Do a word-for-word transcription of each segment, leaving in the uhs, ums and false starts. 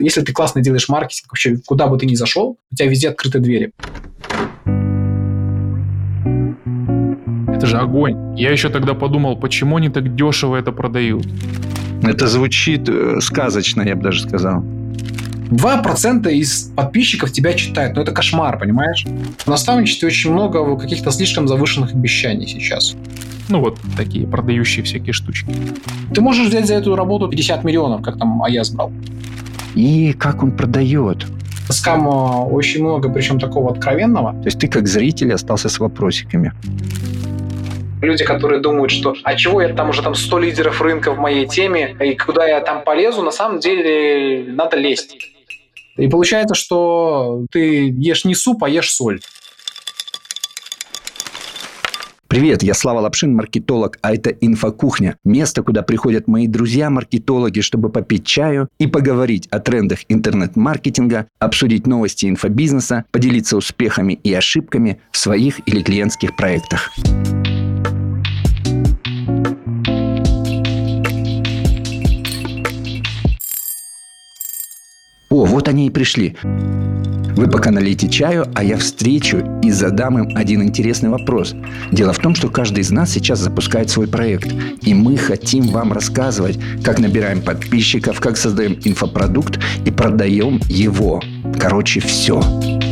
Если ты классно делаешь маркетинг, вообще куда бы ты ни зашел, у тебя везде открыты двери. Это же огонь. Я еще тогда подумал, почему они так дешево это продают. Это звучит сказочно, я бы даже сказал. два процента из подписчиков тебя читают. Ну, это кошмар, понимаешь? В наставничестве очень много каких-то слишком завышенных обещаний сейчас. Ну, вот такие продающие всякие штучки. Ты можешь взять за эту работу пятьдесят миллионов, как там Аяз брал. И как он продает? Скама очень много, причем такого откровенного. То есть ты как зритель остался с вопросиками. Люди, которые думают, что а чего я там уже там сто лидеров рынка в моей теме, и куда я там полезу, на самом деле надо лезть. И получается, что ты ешь не суп, а ешь соль. Привет, я Слава Лапшин, маркетолог, а это «Инфокухня». Место, куда приходят мои друзья-маркетологи, чтобы попить чаю и поговорить о трендах интернет-маркетинга, обсудить новости инфобизнеса, поделиться успехами и ошибками в своих или клиентских проектах. О, вот они и пришли. Вы пока налейте чаю, а я встречу и задам им один интересный вопрос. Дело в том, что каждый из нас сейчас запускает свой проект. И мы хотим вам рассказывать, как набираем подписчиков, как создаем инфопродукт и продаем его. Короче, все.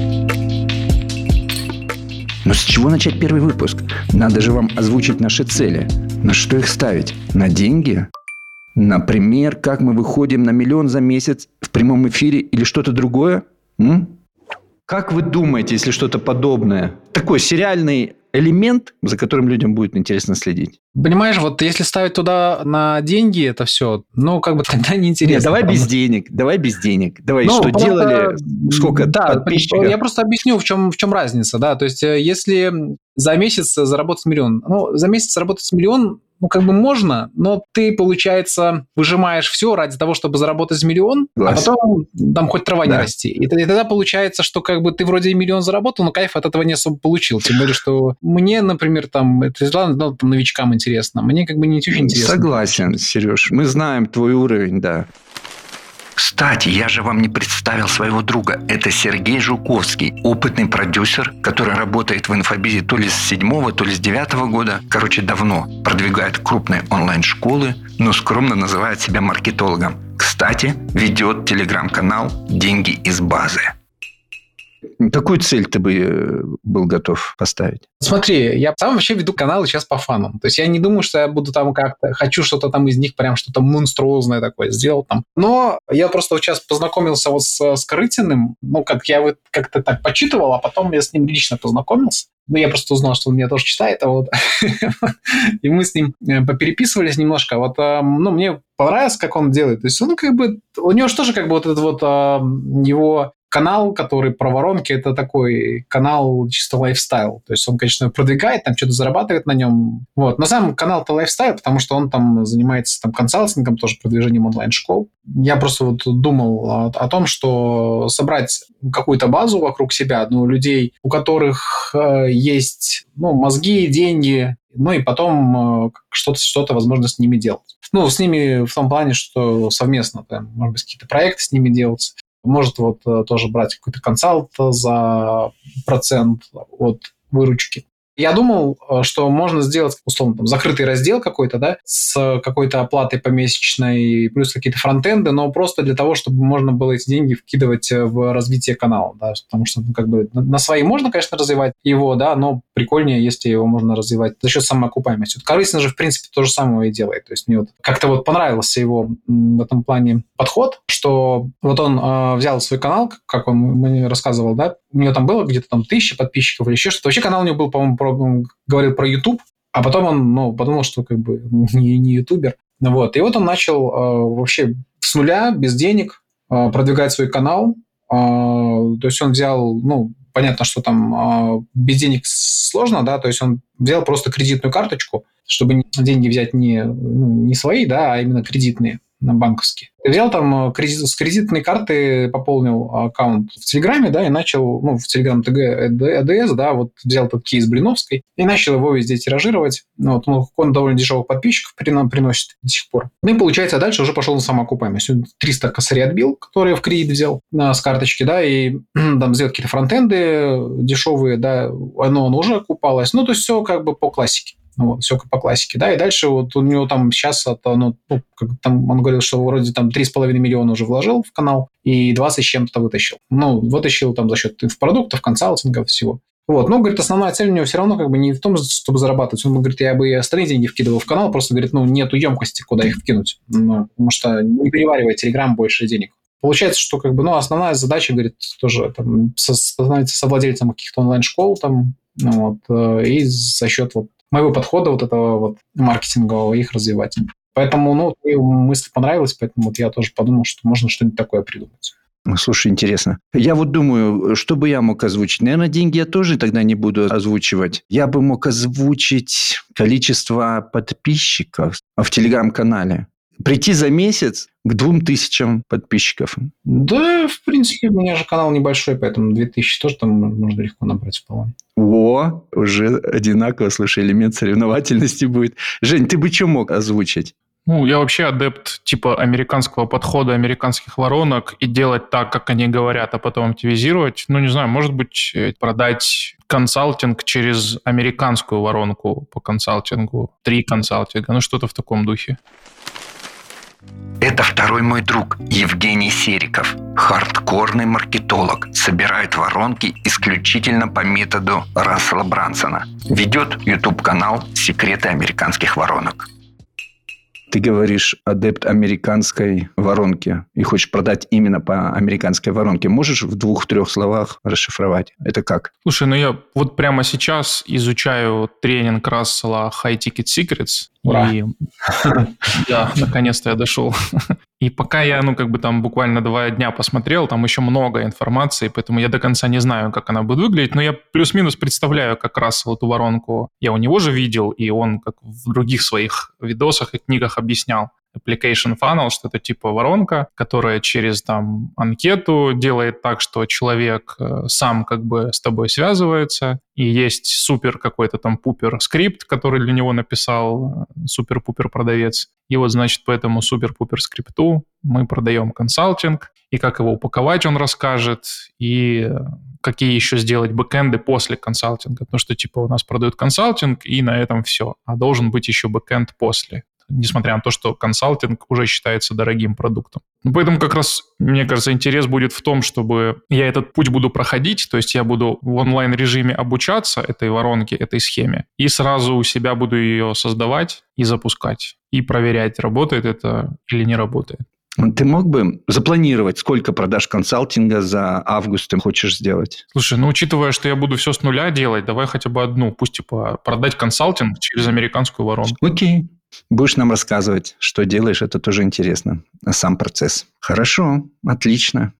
Но с чего начать первый выпуск? Надо же вам озвучить наши цели. На что их ставить? На деньги? Например, как мы выходим на миллион за месяц в прямом эфире или что-то другое? М? Как вы думаете, если что-то подобное? Такой сериальный элемент, за которым людям будет интересно следить. Понимаешь, вот если ставить туда на деньги это все, ну, как бы тогда неинтересно. Нет, давай потому... без денег, давай без денег. Давай, ну, что просто... делали, сколько да, подписчиков. Я просто объясню, в чем, в чем разница. Да? То есть, если за месяц заработать миллион, ну, за месяц заработать миллион, ну, как бы можно, но ты, получается, выжимаешь все ради того, чтобы заработать миллион, Глаз. а потом там хоть трава да. не расти. И, и тогда получается, что как бы ты вроде миллион заработал, но кайф от этого не особо получил. Тем более, что мне, например, там, это ну, там, новичкам интересно. Мне как бы не очень интересно. Согласен, Сереж. Мы знаем твой уровень, да. Кстати, я же вам не представил своего друга. Это Сергей Жуковский, опытный продюсер, который работает в инфобизе то ли с седьмого, то ли с девятого года. Короче, давно продвигает крупные онлайн-школы, но скромно называет себя маркетологом. Кстати, ведет телеграм-канал «Деньги из базы». Какую цель ты бы был готов поставить? Смотри, я сам вообще веду каналы сейчас по фанам. То есть я не думаю, что я буду там как-то... Хочу что-то там из них прям что-то монструозное такое сделать там. Но я просто вот сейчас познакомился вот с, с Корытиным. Ну, как я вот как-то так почитывал, а потом я с ним лично познакомился. Ну, я просто узнал, что он меня тоже читает. А вот и мы с ним попереписывались немножко. Вот, ну, мне понравилось, как он делает. То есть он как бы... У него же тоже как бы вот этот вот его... канал, который про воронки, это такой канал чисто лайфстайл. То есть он, конечно, продвигает, там что-то зарабатывает на нем. Вот. Но сам канал-то лайфстайл, потому что он там занимается там консалтингом, тоже продвижением онлайн-школ. Я просто вот думал о, о том, что собрать какую-то базу вокруг себя, ну, людей, у которых э, есть ну, мозги, деньги, ну и потом э, что-то, что-то, возможно, с ними делать. Ну, с ними в том плане, что совместно, там, может быть, какие-то проекты с ними делать. Может вот тоже брать какой-то консалт за процент от выручки. Я думал, что можно сделать, условно, там, закрытый раздел какой-то, да, с какой-то оплатой помесячной, плюс какие-то фронтенды, но просто для того, чтобы можно было эти деньги вкидывать в развитие канала, да, потому что, ну, как бы на свои можно, конечно, развивать его, да, но прикольнее, если его можно развивать за счет самоокупаемости. Вот Корыстин же, в принципе, то же самое и делает. То есть мне вот как-то вот понравился его в этом плане подход, что вот он э, взял свой канал, как он мне рассказывал, да, у него там было где-то там тысяча подписчиков или еще что-то. Вообще канал у него был, по-моему, про, он говорил про YouTube, а потом он, ну, подумал, что как бы не, не ютубер. Вот. И вот он начал э, вообще с нуля, без денег, э, продвигать свой канал. Э, то есть он взял, ну, понятно, что там э, без денег сложно, да, то есть он взял просто кредитную карточку, чтобы деньги взять не, ну, не свои, да, а именно кредитные, банковские. Ты взял там кредит, с кредитной карты пополнил аккаунт в Телеграме, да, и начал, ну, в Телеграм ТГ АДС, да, вот взял этот кейс Блиновской и начал его везде тиражировать. Ну, вот, ну, он довольно дешевых подписчиков приносит до сих пор. Ну, и получается, дальше уже пошел на самоокупаемость. триста косарей отбил, которые в кредит взял с карточки, да, и там сделал какие-то фронтенды дешевые, да, оно, оно уже окупалось. Ну, то есть все как бы по классике. Вот, все по классике, да, и дальше вот у него там сейчас, это, ну, как там он говорил, что вроде там три с половиной миллиона уже вложил в канал и двадцать с чем-то вытащил. Ну, вытащил там за счет продуктов, консалтинга, всего. Вот, ну, говорит, основная цель у него все равно как бы не в том, чтобы зарабатывать. Он говорит, я бы и остальные деньги вкидывал в канал, просто, говорит, ну, нету емкости, куда их вкинуть, ну, потому что не переваривает Telegram больше денег. Получается, что как бы, ну, основная задача, говорит, тоже там, становиться совладельцем каких-то онлайн-школ там, ну, вот, и за счет вот моего подхода вот этого вот маркетингового их развивать. Поэтому, ну, мне мысль понравилась, поэтому вот я тоже подумал, что можно что-нибудь такое придумать. Слушай, интересно. Я вот думаю, что бы я мог озвучить? Наверное, деньги я тоже тогда не буду озвучивать. Я бы мог озвучить количество подписчиков в Телеграм-канале. Прийти за месяц к двум тысячам подписчиков. Да, в принципе, у меня же канал небольшой, поэтому две тысячи тоже там можно легко набрать вполне. О, уже одинаково, слушай, элемент соревновательности будет. Жень, ты бы что мог озвучить? Ну, я вообще адепт типа американского подхода, американских воронок и делать так, как они говорят, а потом оптимизировать. Ну, не знаю, может быть, продать консалтинг через американскую воронку по консалтингу, три консалтинга, ну, что-то в таком духе. Это второй мой друг Евгений Сериков, хардкорный маркетолог, собирает воронки исключительно по методу Рассела Брансона. Ведет YouTube-канал «Секреты американских воронок». Ты говоришь, адепт американской воронки и хочешь продать именно по американской воронке. Можешь в двух-трех словах расшифровать? Это как? Слушай, ну я вот прямо сейчас изучаю тренинг Рассела High Ticket Secrets. Ура! И да, наконец-то я дошел. И пока я, ну, как бы там буквально два дня посмотрел, там еще много информации, поэтому я до конца не знаю, как она будет выглядеть, но я плюс-минус представляю, как Рассел эту воронку. Я у него же видел, и он как в других своих видосах и книгах объяснял. Application Funnel, что это типа воронка, которая через там анкету делает так, что человек сам как бы с тобой связывается, и есть супер какой-то там пупер скрипт, который для него написал супер-пупер продавец. И вот, значит, по этому супер-пупер скрипту мы продаем консалтинг, и как его упаковать он расскажет, и какие еще сделать бэкэнды после консалтинга. Потому что типа у нас продают консалтинг, и на этом все. А должен быть еще бэкэнд после, несмотря на то, что консалтинг уже считается дорогим продуктом. Поэтому как раз, мне кажется, интерес будет в том, чтобы я этот путь буду проходить, то есть я буду в онлайн-режиме обучаться этой воронке, этой схеме, и сразу у себя буду ее создавать и запускать, и проверять, работает это или не работает. Ты мог бы запланировать, сколько продаж консалтинга за август ты хочешь сделать? Слушай, ну, учитывая, что я буду все с нуля делать, давай хотя бы одну, пусть типа продать консалтинг через американскую воронку. Окей. Будешь нам рассказывать, что делаешь, это тоже интересно. Сам процесс. Хорошо, отлично.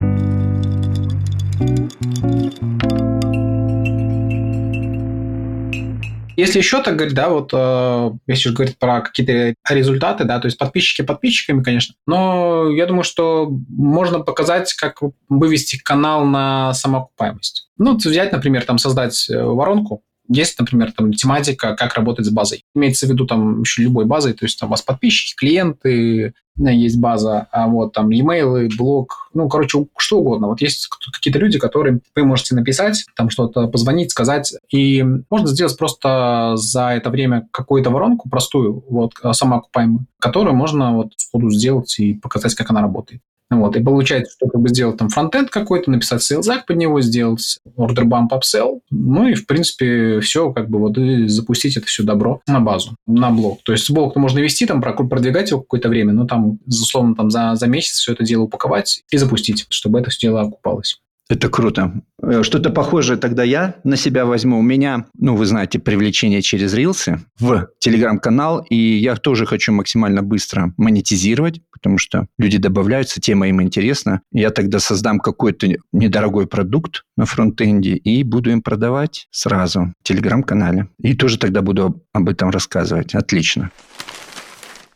Если еще так говорить, да, вот э, если говорить про какие-то результаты, да, то есть подписчики подписчиками, конечно, но я думаю, что можно показать, как вывести канал на самоокупаемость. Ну, взять, например, там создать воронку. Есть, например, там тематика, как работать с базой. Имеется в виду там еще любой базой, то есть там у вас подписчики, клиенты, есть база, а вот там e-mail, блог, ну, короче, что угодно. Вот есть какие-то люди, которым вы можете написать, там что-то позвонить, сказать, и можно сделать просто за это время какую-то воронку простую, вот, самоокупаемую, которую можно вот сходу сделать и показать, как она работает. Вот, и получается, что как бы сделать там фронтенд какой-то, написать сейлзак под него, сделать order bump upsell, ну и, в принципе, все, как бы вот и запустить это все добро на базу, на блог. То есть блог можно вести, там, продвигать его какое-то время, но там, условно, там за, за месяц все это дело упаковать и запустить, чтобы это все дело окупалось. Это круто. Что-то похожее тогда я на себя возьму. У меня, ну, вы знаете, привлечение через рилсы в Телеграм-канал, и я тоже хочу максимально быстро монетизировать, потому что люди добавляются, тема им интересна. Я тогда создам какой-то недорогой продукт на фронтенде и буду им продавать сразу в Телеграм-канале. И тоже тогда буду об этом рассказывать. Отлично.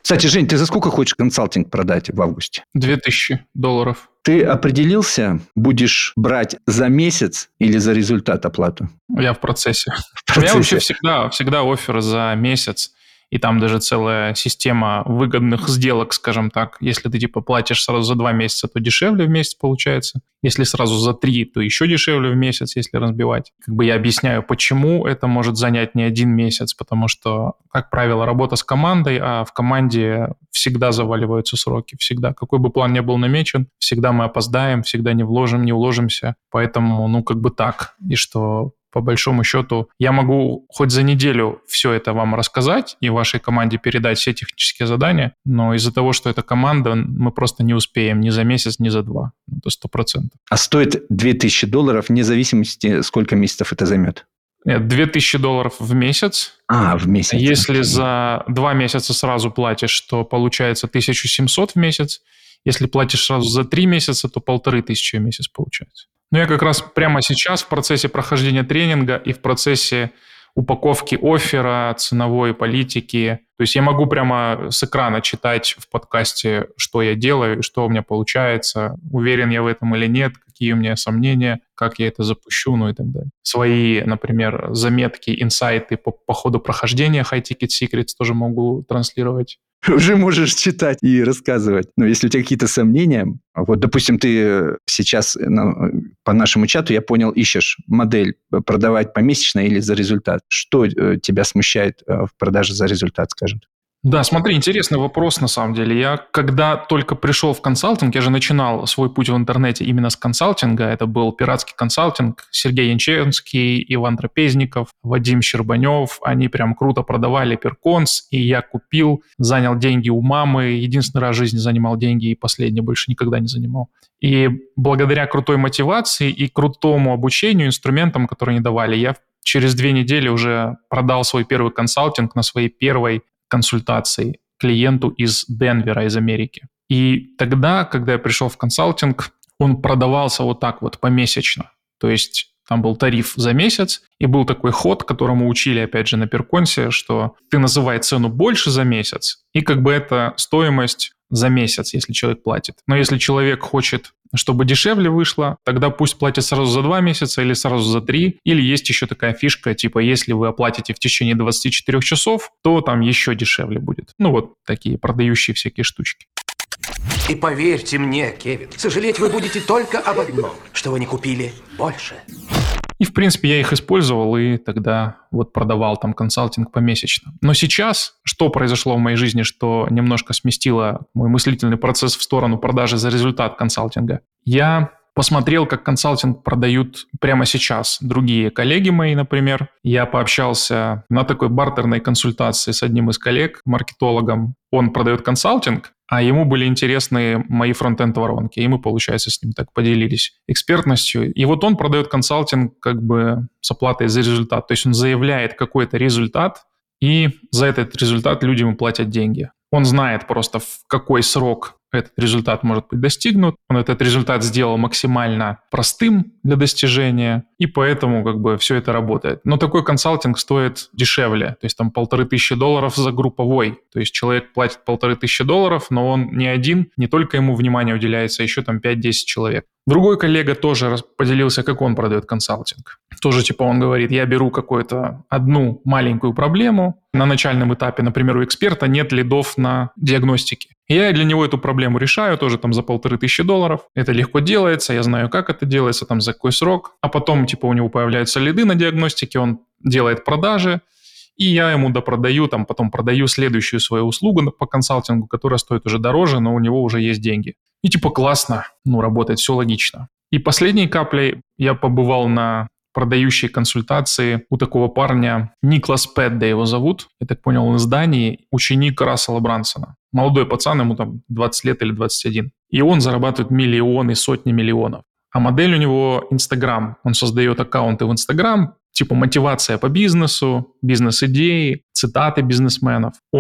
Кстати, Жень, ты за сколько хочешь консалтинг продать в августе? две тысячи долларов. Ты определился, будешь брать за месяц или за результат оплату? Я в процессе. В процессе. У меня вообще всегда, всегда оффер за месяц. И там даже целая система выгодных сделок, скажем так. Если ты типа платишь сразу за два месяца, то дешевле в месяц получается. Если сразу за три, то еще дешевле в месяц, если разбивать. Как бы я объясняю, почему это может занять не один месяц, потому что, как правило, работа с командой, а в команде всегда заваливаются сроки, всегда. Какой бы план ни был намечен, всегда мы опоздаем, всегда не вложим, не уложимся. Поэтому, ну, как бы так. И что... По большому счету, я могу хоть за неделю все это вам рассказать и вашей команде передать все технические задания, но из-за того, что это команда, мы просто не успеем ни за месяц, ни за два. Это сто процентов. А стоит две тысячи долларов вне зависимости, сколько месяцев это займет? Нет, две тысячи долларов в месяц. А, в месяц. Если за два месяца сразу платишь, то получается тысяча семьсот в месяц. Если платишь сразу за три месяца, то полторы тысячи в месяц получается. Ну, я как раз прямо сейчас в процессе прохождения тренинга и в процессе упаковки оффера, ценовой политики. То есть я могу прямо с экрана читать в подкасте, что я делаю, что у меня получается, уверен я в этом или нет, какие у меня сомнения, как я это запущу, ну и так далее. Свои, например, заметки, инсайты по, по ходу прохождения High Ticket Secrets тоже могу транслировать. Уже можешь читать и рассказывать. Но если у тебя какие-то сомнения, вот, допустим, ты сейчас ну, по нашему чату, я понял, ищешь модель продавать помесячно или за результат. Что тебя смущает в продаже за результат, скажем? Да, смотри, интересный вопрос на самом деле. Я когда только пришел в консалтинг, я же начинал свой путь в интернете именно с консалтинга. Это был пиратский консалтинг. Сергей Янчевский, Иван Трапезников, Вадим Щербанев. Они прям круто продавали перконс, и я купил, занял деньги у мамы. Единственный раз в жизни занимал деньги, и последний больше никогда не занимал. И благодаря крутой мотивации и крутому обучению, инструментам, которые они давали, я через две недели уже продал свой первый консалтинг на своей первой консультации клиенту из Денвера, из Америки. И тогда, когда я пришел в консалтинг, он продавался вот так вот помесячно. То есть там был тариф за месяц, и был такой ход, которому учили, опять же, на Перконсе, что ты называй цену больше за месяц, и как бы это стоимость за месяц, если человек платит. Но если человек хочет, чтобы дешевле вышло, тогда пусть платит сразу за два месяца или сразу за три. Или есть еще такая фишка, типа, если вы оплатите в течение двадцати четырёх часов, то там еще дешевле будет. Ну вот такие продающие всякие штучки. И поверьте мне, Кевин, сожалеть вы будете только об одном, что вы не купили больше. И, в принципе, я их использовал и тогда вот продавал там консалтинг помесячно. Но сейчас, что произошло в моей жизни, что немножко сместило мой мыслительный процесс в сторону продажи за результат консалтинга? Я посмотрел, как консалтинг продают прямо сейчас другие коллеги мои, например. Я пообщался на такой бартерной консультации с одним из коллег, маркетологом. Он продает консалтинг, а ему были интересны мои фронт-энд-воронки. И мы, получается, с ним так поделились экспертностью. И вот он продает консалтинг как бы с оплатой за результат. То есть он заявляет какой-то результат, и за этот результат люди ему платят деньги. Он знает просто, в какой срок этот результат может быть достигнут. Он этот результат сделал максимально простым для достижения, и поэтому как бы все это работает. Но такой консалтинг стоит дешевле, то есть там полторы тысячи долларов за групповой. То есть человек платит полторы тысячи долларов, но он не один, не только ему внимание уделяется, а еще там пять-десять человек. Другой коллега тоже поделился, как он продает консалтинг. Тоже типа он говорит, я беру какую-то одну маленькую проблему. На начальном этапе, например, у эксперта нет лидов на диагностике. И я для него эту проблему решаю тоже там за полторы тысячи долларов. Это легко делается, я знаю, как это делается, там за какой срок. А потом типа у него появляются лиды на диагностике, он делает продажи. И я ему допродаю, там потом продаю следующую свою услугу по консалтингу, которая стоит уже дороже, но у него уже есть деньги. И типа классно, ну работает, все логично. И последней каплей я побывал на продающей консультации у такого парня, Никлас Пэдде его зовут, я так понял, он из Дании, ученик Рассела Брансона. Молодой пацан, ему там двадцать лет или двадцать один. И он зарабатывает миллионы, сотни миллионов. А модель у него Инстаграм. Он создает аккаунты в Инстаграм, типа мотивация по бизнесу, бизнес-идеи, цитаты бизнесменов. Он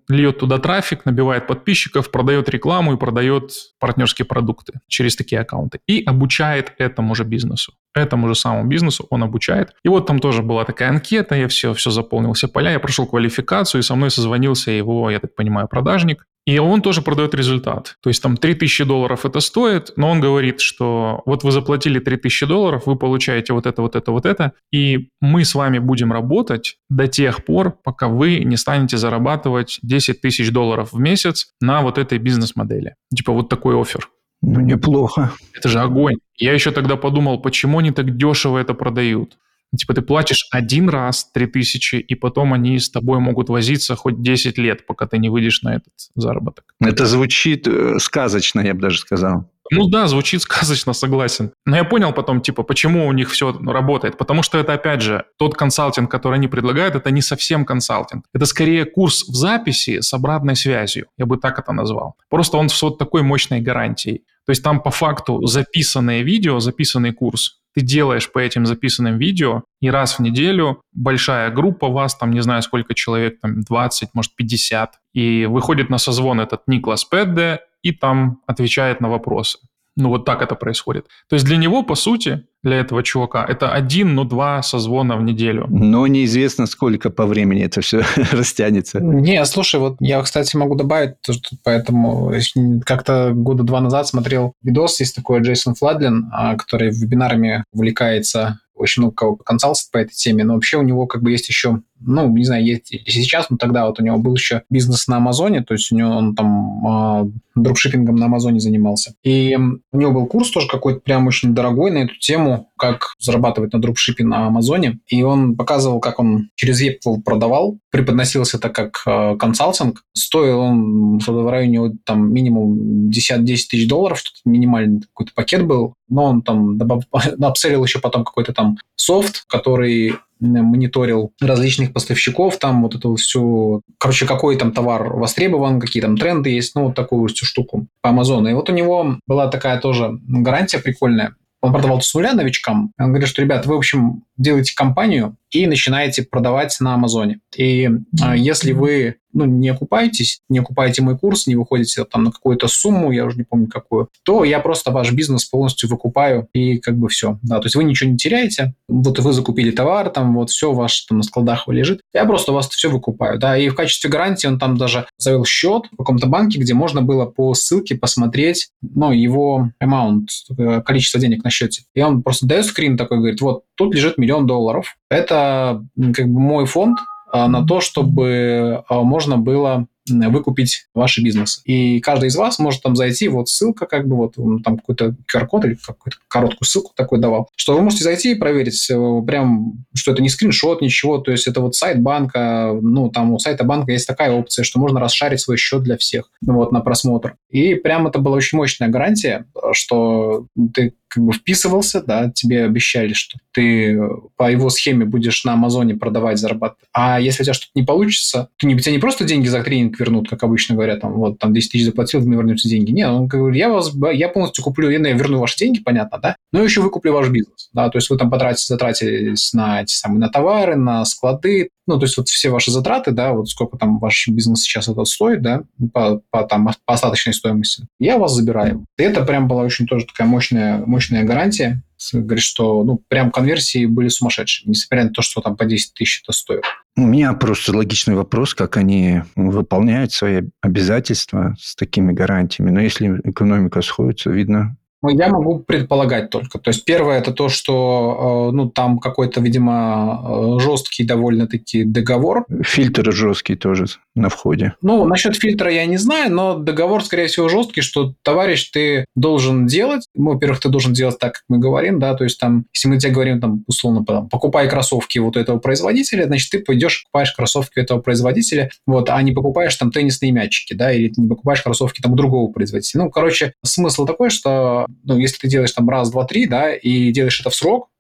льет туда трафик, набивает подписчиков, продает рекламу и продает партнерские продукты через такие аккаунты. И обучает этому же бизнесу. Этому же самому бизнесу он обучает. И вот там тоже была такая анкета, я все, все заполнил, все поля, я прошел квалификацию, и со мной созвонился его, я так понимаю, продажник. И он тоже продает результат. То есть там три тысячи долларов это стоит, но он говорит, что вот вы заплатили три тысячи долларов, вы получаете вот это, вот это, вот это, и мы с вами будем работать до тех пор, пока вы не станете зарабатывать десять тысяч долларов в месяц на вот этой бизнес-модели. Типа вот такой оффер. Ну, неплохо. Это же огонь. Я еще тогда подумал, почему они так дешево это продают? Типа ты платишь один раз три тысячи, и потом они с тобой могут возиться хоть десять лет, пока ты не выйдешь на этот заработок. Это звучит э, сказочно, я бы даже сказал. Ну да, звучит сказочно, согласен. Но я понял потом, типа, почему у них все работает. Потому что это, опять же, тот консалтинг, который они предлагают, это не совсем консалтинг. Это скорее курс в записи с обратной связью. Я бы так это назвал. Просто он с вот такой мощной гарантией. То есть там по факту записанное видео, записанный курс, ты делаешь по этим записанным видео, и раз в неделю большая группа вас, там не знаю сколько человек, там двадцать, может пятьдесят, и выходит на созвон этот Никлас Педде, и там отвечает на вопросы. Ну, вот так это происходит. То есть для него, по сути, для этого чувака, это один, ну, два созвона в неделю. Но неизвестно, сколько по времени это все растянется. Не, слушай, вот я, кстати, могу добавить, что поэтому как-то года два назад смотрел видос, есть такой Джейсон Фладлин, который вебинарами увлекается, очень много кого консалтит по этой теме, но вообще у него как бы есть еще, ну, не знаю, есть сейчас, но тогда вот у него был еще бизнес на Амазоне, то есть у него он там э, дропшиппингом на Амазоне занимался. И у него был курс тоже какой-то прям очень дорогой на эту тему, как зарабатывать на дропшиппинге на Амазоне. И он показывал, как он через веб продавал, преподносился это как э, консалтинг. Стоил он в районе там минимум десять-десять тысяч долларов, что-то минимальный какой-то пакет был, но он там добав... апселлил еще потом какой-то там софт, который мониторил различных поставщиков, там вот это все, короче, какой там товар востребован, какие там тренды есть, ну, вот такую всю штуку по Амазону. И вот у него была такая тоже гарантия прикольная. Он продавал с нуля новичкам. Он говорит, что, ребят, вы, в общем, делаете компанию и начинаете продавать на Амазоне. И mm-hmm. если вы ну, не окупаетесь, не окупаете мой курс, не выходите там на какую-то сумму, я уже не помню какую, то я просто ваш бизнес полностью выкупаю, и как бы все. Да, то есть вы ничего не теряете. Вот вы закупили товар, там вот все ваш там на складах лежит. Я просто у вас все выкупаю. Да, и в качестве гарантии он там даже завел счет в каком-то банке, где можно было по ссылке посмотреть, ну, его amount, количество денег на счете. И он просто дает скрин такой, говорит, вот тут лежит миллион долларов. Это как бы мой фонд а, на то, чтобы а, можно было выкупить ваши бизнесы. И каждый из вас может там зайти, вот ссылка, как бы вот там какой-то ку ар-код или какую-то короткую ссылку такой давал, что вы можете зайти и проверить прям, что это не скриншот, ничего, то есть это вот сайт банка, ну там у сайта банка есть такая опция, что можно расшарить свой счет для всех, вот на просмотр. И прям это была очень мощная гарантия, что ты как бы вписывался, да, тебе обещали, что ты по его схеме будешь на Амазоне продавать, зарабатывать. А если у тебя что-то не получится, то не, тебе не просто деньги за тренинг вернут, как обычно говорят, там, вот, там, десять тысяч заплатил, мне вернете деньги. Нет, он говорит, я вас, я полностью куплю, я верну ваши деньги, понятно, да, но еще выкуплю ваш бизнес, да, то есть вы там потратите, затратились на эти самые, на товары, на склады, ну, то есть вот все ваши затраты, да, вот сколько там ваш бизнес сейчас это стоит, да, по, по, там, по остаточной стоимости, я вас забираю. И это прям была очень тоже такая мощная, мощная гарантия. Говорит, что, ну, прям конверсии были сумасшедшие, несмотря на то, что там по десять тысяч это стоит. У меня просто логичный вопрос, как они выполняют свои обязательства с такими гарантиями. Но если экономика сходится, видно... Ну, я могу предполагать только. То есть, первое, это то, что, ну, там какой-то, видимо, жесткий довольно-таки договор. Фильтр жесткий тоже на входе. Ну, насчет фильтра я не знаю, но договор, скорее всего, жесткий, что, товарищ, ты должен делать. Ну, во-первых, ты должен делать так, как мы говорим, да, то есть, там, если мы тебе говорим, там, условно, там, покупай кроссовки вот этого производителя, значит, ты пойдешь, покупаешь кроссовки этого производителя, вот, а не покупаешь там теннисные мячики, да, или ты не покупаешь кроссовки там у другого производителя. Ну, короче, смысл такой, что ну, если ты делаешь там раз, два, три, да, и делаешь это в срок,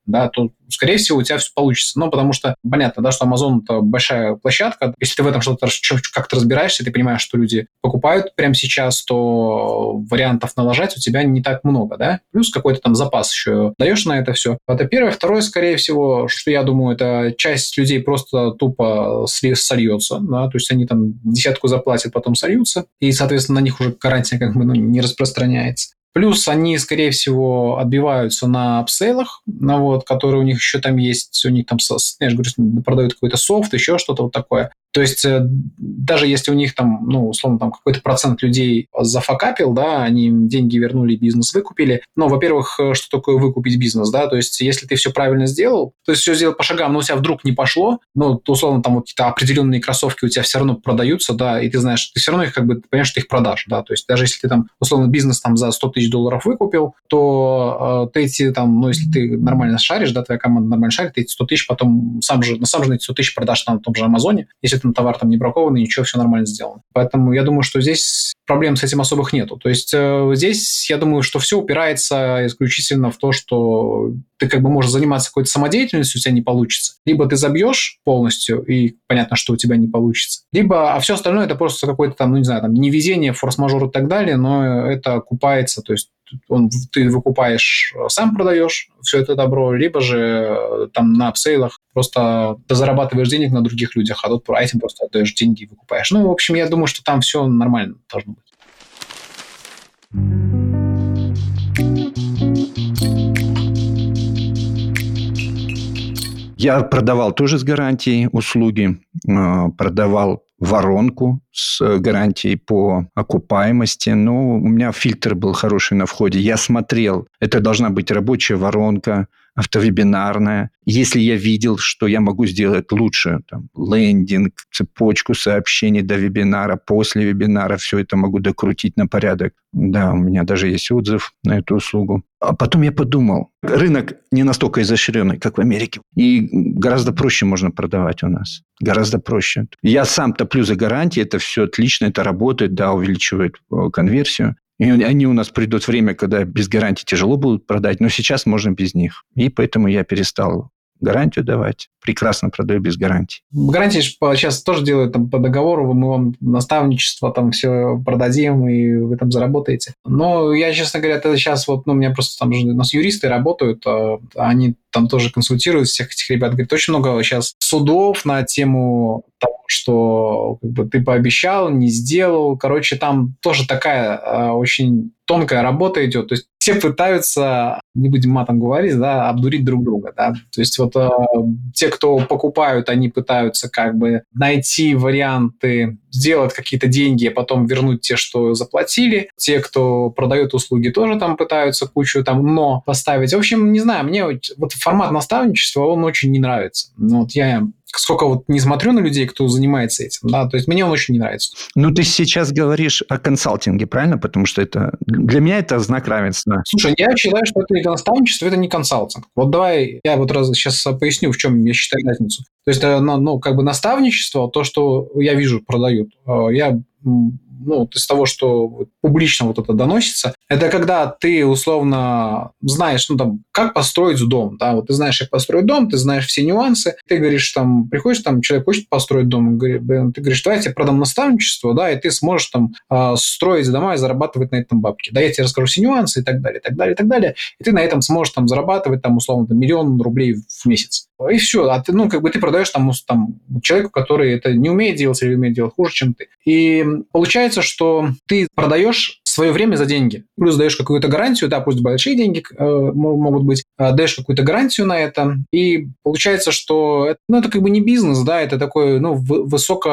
да, то, скорее всего, у тебя все получится. Ну, потому что понятно, да, что Amazon – это большая площадка. Если ты в этом что-то как-то разбираешься, ты понимаешь, что люди покупают прямо сейчас, то вариантов налажать у тебя не так много, да. Плюс какой-то там запас еще даешь на это все. Это первое. Второе, скорее всего, что я думаю, это часть людей просто тупо сольется, да, то есть они там десятку заплатят, потом сольются, и, соответственно, на них уже гарантия как бы ну, не распространяется. Плюс они, скорее всего, отбиваются на апсейлах, ну, вот, которые у них еще там есть, у них там, я же говорю, продают какой-то софт, еще что-то вот такое. То есть даже если у них там, ну, условно, там какой-то процент людей зафакапил, да, они им деньги вернули, бизнес выкупили. Но, во-первых, что такое выкупить бизнес, да, то есть если ты все правильно сделал, то есть все сделал по шагам, но у тебя вдруг не пошло, ну, то, условно, там вот какие-то определенные кроссовки у тебя все равно продаются, да, и ты знаешь, ты все равно их как бы, ты понимаешь, что ты их продашь, да, то есть даже если ты там, условно, бизнес там за сто тысяч долларов выкупил, то э, ты эти там, ну, если ты нормально шаришь, да, твоя команда нормально шарит, ты эти сто тысяч потом сам же, сам же на эти сто тысяч продашь там, на том же Амазоне, если там товар там не бракованный, ничего, все нормально сделано. Поэтому я думаю, что здесь проблем с этим особых нету. То есть э, здесь, я думаю, что все упирается исключительно в то, что ты как бы можешь заниматься какой-то самодеятельностью, у тебя не получится. Либо ты забьешь полностью, и понятно, что у тебя не получится. Либо, а все остальное это просто какое-то там, ну не знаю, там невезение, форс-мажор и так далее, но это окупается, то есть он, ты выкупаешь, сам продаешь все это добро, либо же там на апсейлах просто ты зарабатываешь денег на других людях, а тут этим просто отдаешь деньги и выкупаешь. Ну, в общем, я думаю, что там все нормально должно быть. Я продавал тоже с гарантией услуги, продавал воронку с гарантией по окупаемости, но у меня фильтр был хороший на входе. Я смотрел, это должна быть рабочая воронка, автовебинарная. Если я видел, что я могу сделать лучше, там, лендинг, цепочку сообщений до вебинара, после вебинара, все это могу докрутить на порядок. Да, у меня даже есть отзыв на эту услугу. А потом я подумал, рынок не настолько изощренный, как в Америке. И гораздо проще можно продавать у нас. Гораздо проще. Я сам топлю за гарантии, это все отлично, это работает, да, увеличивает конверсию. И они у нас придет время, когда без гарантии тяжело будут продать, но сейчас можно без них. И поэтому я перестал гарантию давать. Прекрасно продаю без гарантии. Гарантии сейчас тоже делают там, по договору, мы вам наставничество там все продадим, и вы там заработаете. Но я, честно говоря, это сейчас вот, ну, у меня просто там же у нас юристы работают, они там тоже консультируют всех этих ребят. Говорит, очень много сейчас судов на тему того, что как бы, ты пообещал, не сделал. Короче, там тоже такая э, очень тонкая работа идет. То есть все пытаются, не будем матом говорить, да, обдурить друг друга. Да? То есть вот э, те, кто покупают, они пытаются как бы найти варианты, сделать какие-то деньги, а потом вернуть те, что заплатили. Те, кто продает услуги, тоже там пытаются кучу там «но» поставить. В общем, не знаю, мне вот формат наставничества, он очень не нравится. Вот я сколько вот не смотрю на людей, кто занимается этим, да, то есть мне он очень не нравится. Ну, ты сейчас говоришь о консалтинге, правильно? Потому что это для меня это знак равенства. Слушай, я считаю, что это наставничество, это не консалтинг. Вот давай я вот раз сейчас поясню, в чем я считаю разницу. То есть, ну, как бы наставничество, то, что я вижу, продают, я ну, из того, что публично вот это доносится, это когда ты условно знаешь, ну, там, как построить дом, да, вот ты знаешь, как построить дом, ты знаешь все нюансы, ты говоришь, там, приходишь, там, человек хочет построить дом, ты говоришь, давай я тебе продам наставничество, да, и ты сможешь там строить дома и зарабатывать на этом бабки, да, я тебе расскажу все нюансы и так далее, и так далее, и так далее, и ты на этом сможешь там зарабатывать, там, условно, там, миллион рублей в месяц. И все, а ты, ну, как бы ты продаешь там, там человеку, который это не умеет делать или умеет делать хуже, чем ты. И получается, что ты продаешь свое время за деньги. Плюс даешь какую-то гарантию, да, пусть большие деньги э, могут быть, э, даешь какую-то гарантию на это, и получается, что это, ну, это как бы не бизнес, да, это такой, ну, в-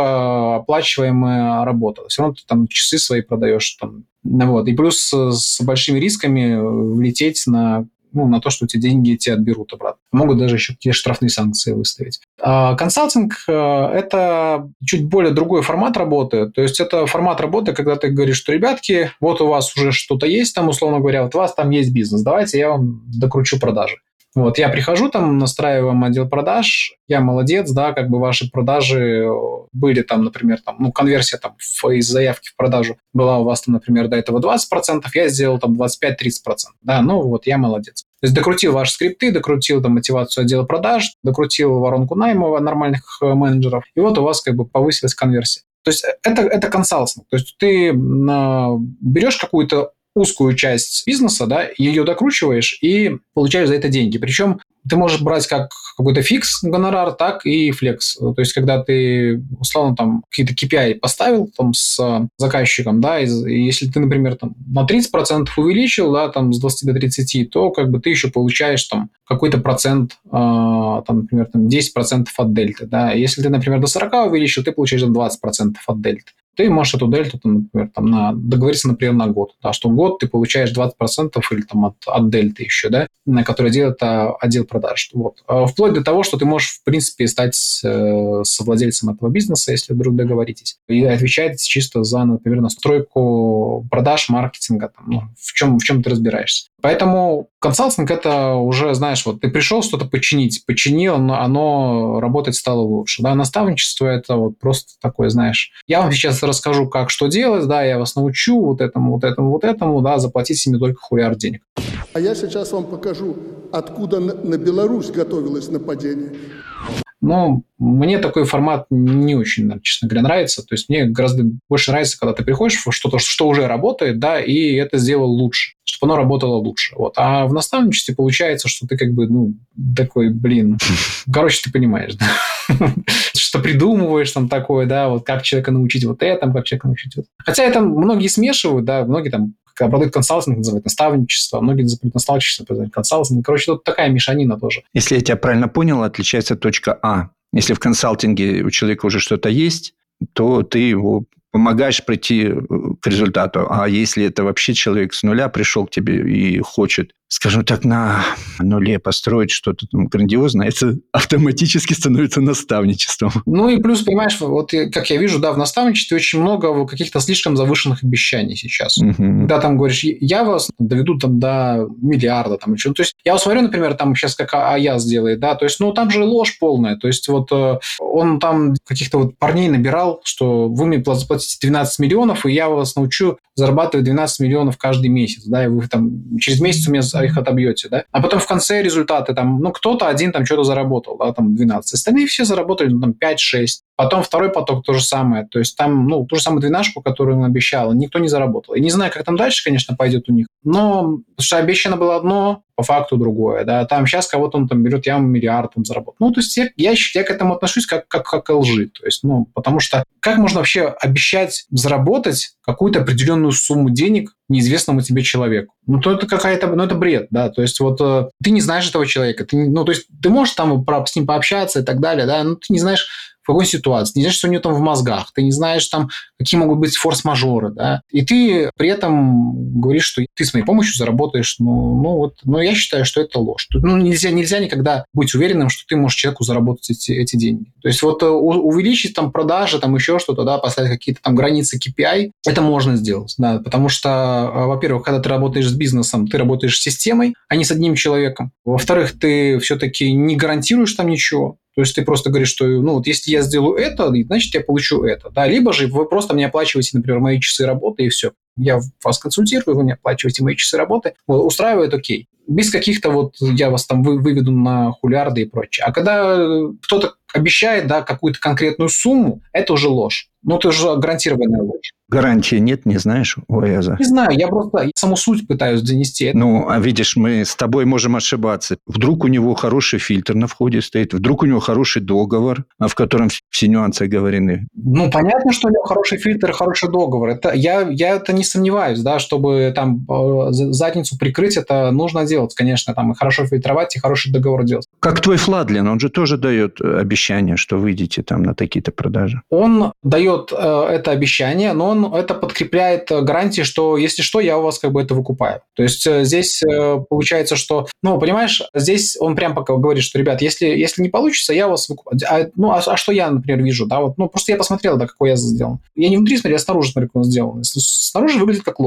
высокооплачиваемая работа. Все равно ты там часы свои продаешь, там, ну, вот. И плюс с большими рисками влететь на ну, на то, что эти деньги тебе отберут обратно. Могут даже еще какие-то штрафные санкции выставить. А консалтинг – это чуть более другой формат работы. То есть это формат работы, когда ты говоришь, что, ребятки, вот у вас уже что-то есть, там, условно говоря, вот у вас там есть бизнес, давайте я вам докручу продажи. Вот, я прихожу, там, настраиваем отдел продаж, я молодец, да, как бы ваши продажи были там, например, там, ну, конверсия там из заявки в продажу была у вас там, например, до этого двадцать процентов, я сделал там двадцать пять-тридцать процентов, да, ну, вот я молодец. То есть докрутил ваши скрипты, докрутил там мотивацию отдела продаж, докрутил воронку найма нормальных менеджеров, и вот у вас как бы повысилась конверсия. То есть это, это консалтинг. То есть ты берешь какую-то узкую часть бизнеса, да, ее докручиваешь и получаешь за это деньги. Причем ты можешь брать как какой-то фикс гонорар, так и флекс. То есть, когда ты, условно, там, какие-то кей пи ай поставил там, с заказчиком, да, и, и если ты, например, там, на тридцать процентов увеличил, да, там, с двадцати до тридцати, то как бы ты еще получаешь там какой-то процент, э, там, например, там, десять процентов от дельты, да. Если ты, например, до сорока увеличил, ты получаешь двадцать процентов от дельты. Ты можешь эту дельту, там, например, там, на, договориться, например, на год, да, что год ты получаешь двадцать процентов или там, от, от дельты еще, да, на который делает а, отдел продаж. Вот. А вплоть до того, что ты можешь, в принципе, стать э, совладельцем этого бизнеса, если вдруг договоритесь, и отвечать чисто за, например, настройку продаж, маркетинга, там, ну, в, чем, в чем ты разбираешься. Поэтому консалтинг – это уже, знаешь, вот ты пришел что-то починить, починил, но оно работать стало лучше. Да? Наставничество – это вот просто такое, знаешь, я вам сейчас расскажу, как что делать, да, я вас научу вот этому, вот этому, вот этому, да, заплатите мне только хуляр денег. А я сейчас вам покажу, откуда на Беларусь готовилось нападение. Ну, мне такой формат не очень, честно говоря, нравится. То есть мне гораздо больше нравится, когда ты приходишь в что-то, что уже работает, да, и это сделал лучше, чтобы оно работало лучше. Вот. А в наставничестве получается, что ты как бы, ну, такой, блин, короче, ты понимаешь, да, что придумываешь там такое, да, вот как человека научить вот этому, как человека научить вот. Хотя это многие смешивают, да, многие там когда продают консалтинг, называют наставничество, а многие называют наставничество, называют консалтинг. Короче, тут такая мешанина тоже. Если я тебя правильно понял, отличается точка А. Если в консалтинге у человека уже что-то есть, то ты его помогаешь прийти к результату. А если это вообще человек с нуля пришел к тебе и хочет, скажем так, на нуле построить что-то там грандиозное, это автоматически становится наставничеством. Ну и плюс, понимаешь, вот как я вижу, да, в наставничестве очень много каких-то слишком завышенных обещаний сейчас. Угу. Когда там говоришь, я вас доведу там до миллиарда, там, то есть я вот смотрю, например, там сейчас как Аяз делает, да, то есть, ну, там же ложь полная, то есть вот он там каких-то вот парней набирал, что вы мне платите двенадцать миллионов, и я вас научу зарабатывать двенадцать миллионов каждый месяц, да, и вы там через месяц у меня их отобьете, да, а потом в конце результаты там, ну, кто-то один там что-то заработал, да, там двенадцать, остальные все заработали, ну, там пять-шесть, потом второй поток то же самое, то есть там, ну, ту же самую двенашку, которую он обещал, никто не заработал. И не знаю, как там дальше, конечно, пойдет у них, но что обещано было одно, по факту другое, да, там сейчас кого-то он там берет, я ему миллиард он заработал. Ну, то есть я, я, я к этому отношусь как, как, как к лжи, то есть, ну, потому что как можно вообще обещать заработать какую-то определенную сумму денег неизвестному тебе человеку? Ну, то это какая-то, ну, это бред, да, то есть вот э, ты не знаешь этого человека, ты, ну, то есть ты можешь там про, с ним пообщаться и так далее, да, но ты не знаешь, в какой ситуации, не знаешь, что у него там в мозгах, ты не знаешь, там, какие могут быть форс-мажоры, да, и ты при этом говоришь, что ты с моей помощью заработаешь, ну, ну вот, но я считаю, что это ложь. Тут, ну, нельзя, нельзя никогда быть уверенным, что ты можешь человеку заработать эти, эти деньги. То есть вот увеличить там продажи, там еще что-то, да, поставить какие-то там границы кей пи ай, это можно сделать, да, потому что, во-первых, когда ты работаешь с бизнесом, ты работаешь с системой, а не с одним человеком. Во-вторых, ты все-таки не гарантируешь там ничего. То есть ты просто говоришь, что, ну, вот если я сделаю это, значит, я получу это. Да? Либо же вы просто мне оплачиваете, например, мои часы работы, и все. Я вас консультирую, вы мне оплачиваете мои часы работы. Вот, устраивает окей. Без каких-то вот я вас там выведу на хулиарды и прочее. А когда кто-то обещает, да, какую-то конкретную сумму, это уже ложь. Ну, это уже гарантированная ложь. Гарантии нет, не знаешь, у Аяза? Не знаю, я просто саму суть пытаюсь донести. Ну, а видишь, мы с тобой можем ошибаться. Вдруг у него хороший фильтр на входе стоит, вдруг у него хороший договор, в котором все нюансы оговорены. Ну, понятно, что у него хороший фильтр, хороший договор. Это, я, я это не сомневаюсь, да, чтобы там задницу прикрыть, это нужно делать, конечно, там и хорошо фильтровать, и хороший договор делать. Как твой Фладлин, он же тоже дает обещание, что выйдете там на такие-то продажи. Он дает э, это обещание, но он это подкрепляет гарантией, что если что, я у вас как бы это выкупаю. То есть э, здесь э, получается, что, ну, понимаешь, здесь он прям пока говорит, что, ребят, если, если не получится, я вас выкупаю. А, ну, а, а что я, например, вижу, да, вот, ну, просто я посмотрел, да, какой я сделан. Я не внутри смотрю, я снаружи смотрю, как он сделан. Снаружи выглядит как ложь.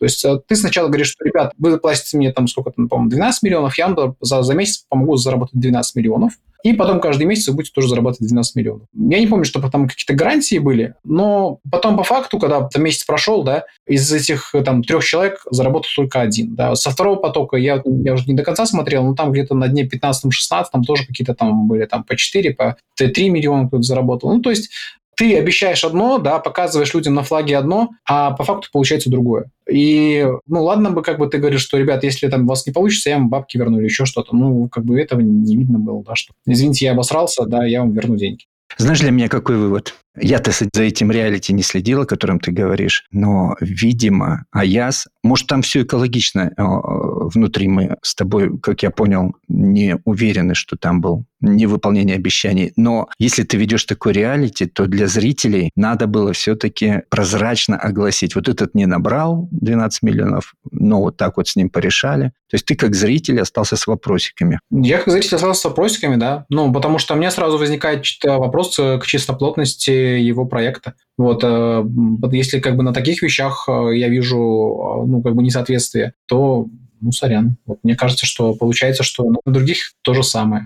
То есть ты сначала говоришь, что, ребят, вы платите мне там сколько-то, по-моему, двенадцать миллионов, я вам за, за месяц помогу заработать двенадцать миллионов. И потом каждый месяц вы будете тоже зарабатывать двенадцать миллионов. Я не помню, чтобы там какие-то гарантии были, но потом по факту, когда там месяц прошел, да, из этих там трех человек заработал только один. Да. Со второго потока я, я уже не до конца смотрел, но там где-то на дне пятнадцатом-шестнадцатом тоже какие-то там были там по четыре, по три миллиона кто-то заработал. Ну, то есть ты обещаешь одно, да, показываешь людям на флаге одно, а по факту получается другое. И, ну, ладно бы, как бы ты говоришь, что, ребят, если там у вас не получится, я вам бабки верну или еще что-то. Ну, как бы этого не видно было, да, что, извините, я обосрался, да, я вам верну деньги. Знаешь, для меня какой вывод? Я-то за этим реалити не следил, о котором ты говоришь, но, видимо, Аяз, может, там все экологично внутри, мы с тобой, как я понял, не уверены, что там был невыполнение обещаний, но если ты ведешь такой реалити, то для зрителей надо было все-таки прозрачно огласить. Вот этот не набрал двенадцать миллионов, но вот так вот с ним порешали. То есть ты как зритель остался с вопросиками. Я как зритель остался с вопросиками, да, ну, потому что у меня сразу возникает вопрос к чистоплотности его проекта. Вот, если как бы на таких вещах я вижу, ну, как бы несоответствие, то, ну, сорян. Вот, мне кажется, что получается, что на других то же самое.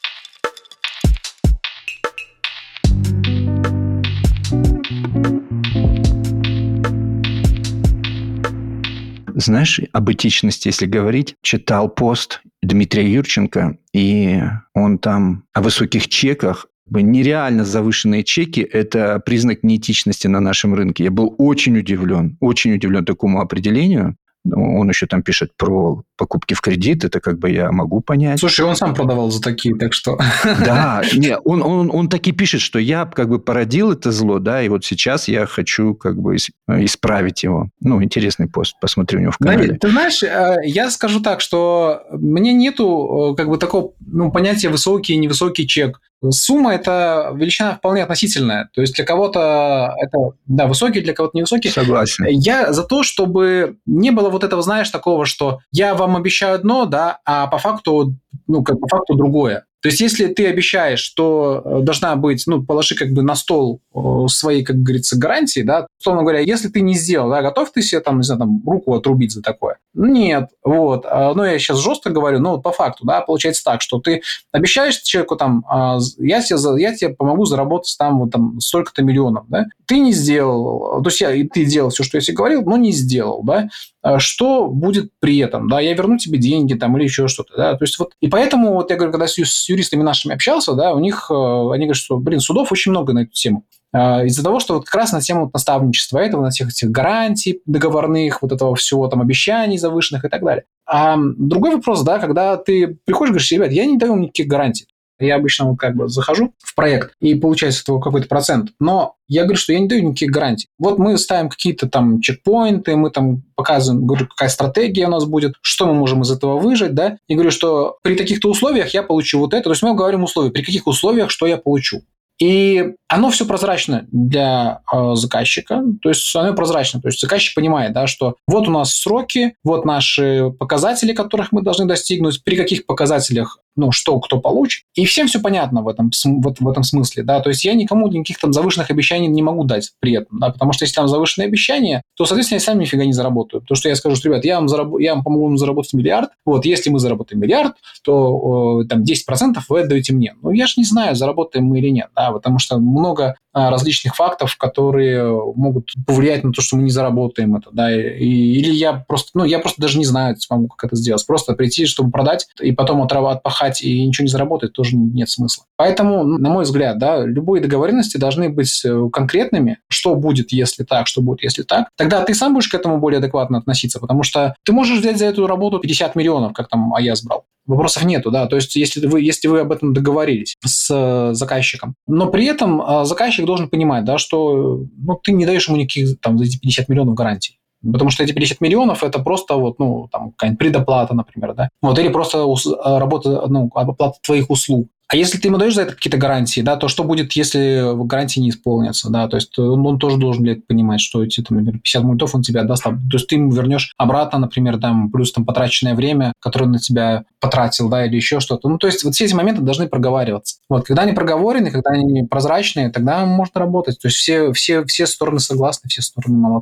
Знаешь, об этичности, если говорить, читал пост Дмитрия Юрченко, и он там о высоких чеках. Нереально завышенные чеки – это признак неэтичности на нашем рынке. Я был очень удивлен, очень удивлен такому определению. Он еще там пишет про покупки в кредит, это как бы я могу понять. Слушай, он сам продавал за такие, так что... Да, не, он, он, он таки пишет, что я как бы породил это зло, да, и вот сейчас я хочу как бы исправить его. Ну, интересный пост, посмотри у него в канале. Давид, ты знаешь, я скажу так, что мне нету как бы такого, ну, понятия высокий и невысокий чек. Сумма – это величина вполне относительная. То есть для кого-то это, да, высокий, для кого-то невысокий. Согласен. Я за то, чтобы не было вот этого, знаешь, такого, что я вам обещаю одно, да, а по факту, ну, как по факту другое. То есть, если ты обещаешь, что должна быть, ну, положи как бы на стол свои, как говорится, гарантии, да, условно говоря, если ты не сделал, да, готов ты себе там, не знаю, там, руку отрубить за такое? Нет, вот. Но я сейчас жестко говорю, но по факту, да, получается так, что ты обещаешь человеку там, я тебе, я тебе помогу заработать там вот там столько-то миллионов, да, ты не сделал, то есть я, ты делал все, что я тебе говорил, но не сделал, да, что будет при этом, да, я верну тебе деньги там или еще что-то, да, то есть вот, и поэтому вот я говорю, когда с юристами нашими общался, да, у них, они говорят, что, блин, судов очень много на эту тему. Из-за того, что вот как раз на тему наставничества этого, на всех этих гарантий договорных, вот этого всего, там, обещаний завышенных и так далее. А другой вопрос, да, когда ты приходишь и говоришь, ребят, я не даю вам никаких гарантий. Я обычно вот как бы захожу в проект и получаю с этого какой-то процент. Но я говорю, что я не даю никаких гарантий. Вот мы ставим какие-то там чекпоинты, мы там показываем, говорю, какая стратегия у нас будет, что мы можем из этого выжать, да. И говорю, что при таких-то условиях я получу вот это. То есть мы говорим условия, при каких условиях, что я получу. И оно все прозрачно для э, заказчика, то есть оно прозрачно, то есть заказчик понимает, да, что вот у нас сроки, вот наши показатели, которых мы должны достигнуть, при каких показателях, ну, что кто получит, и всем все понятно в этом, вот, в этом смысле, да, то есть я никому никаких там завышенных обещаний не могу дать при этом, да, потому что если там завышенные обещания, то, соответственно, я сам нифига не заработаю, потому что я скажу, что, ребят, я вам, зараб... я вам помогу вам заработать миллиард, вот, если мы заработаем миллиард, то э, там десять процентов вы отдаете мне, ну, я же не знаю, заработаем мы или нет, да, потому что много а, различных фактов, которые могут повлиять на то, что мы не заработаем это, да, и, или я просто, ну, я просто даже не знаю, смогу, как это сделать, просто прийти, чтобы продать, и потом отпахать и ничего не заработать, тоже нет смысла. Поэтому, на мой взгляд, да, любые договоренности должны быть конкретными, что будет, если так, что будет, если так, тогда ты сам будешь к этому более адекватно относиться, потому что ты можешь взять за эту работу пятьдесят миллионов, как там Аяз брал. Вопросов нету, да, то есть если вы, если вы об этом договорились с заказчиком, но при этом заказчик должен понимать, да, что, ну, ты не даешь ему никаких там за эти пятьдесят миллионов гарантий. Потому что эти пятьдесят миллионов – это просто вот, ну, там, какая-нибудь предоплата, например, да, вот, или просто работа, ну, оплата твоих услуг. А если ты ему даешь за это какие-то гарантии, да, то что будет, если гарантии не исполнятся, да, то есть он, он тоже должен для этого понимать, что эти, там, например, пятьдесят мультов он тебе отдаст, то есть ты ему вернешь обратно, например, там, плюс там потраченное время, которое он на тебя потратил, да, или еще что-то. Ну, то есть вот все эти моменты должны проговариваться. Вот, когда они проговорены, когда они прозрачные, тогда можно работать. То есть все, все, все стороны согласны, все стороны молодцы.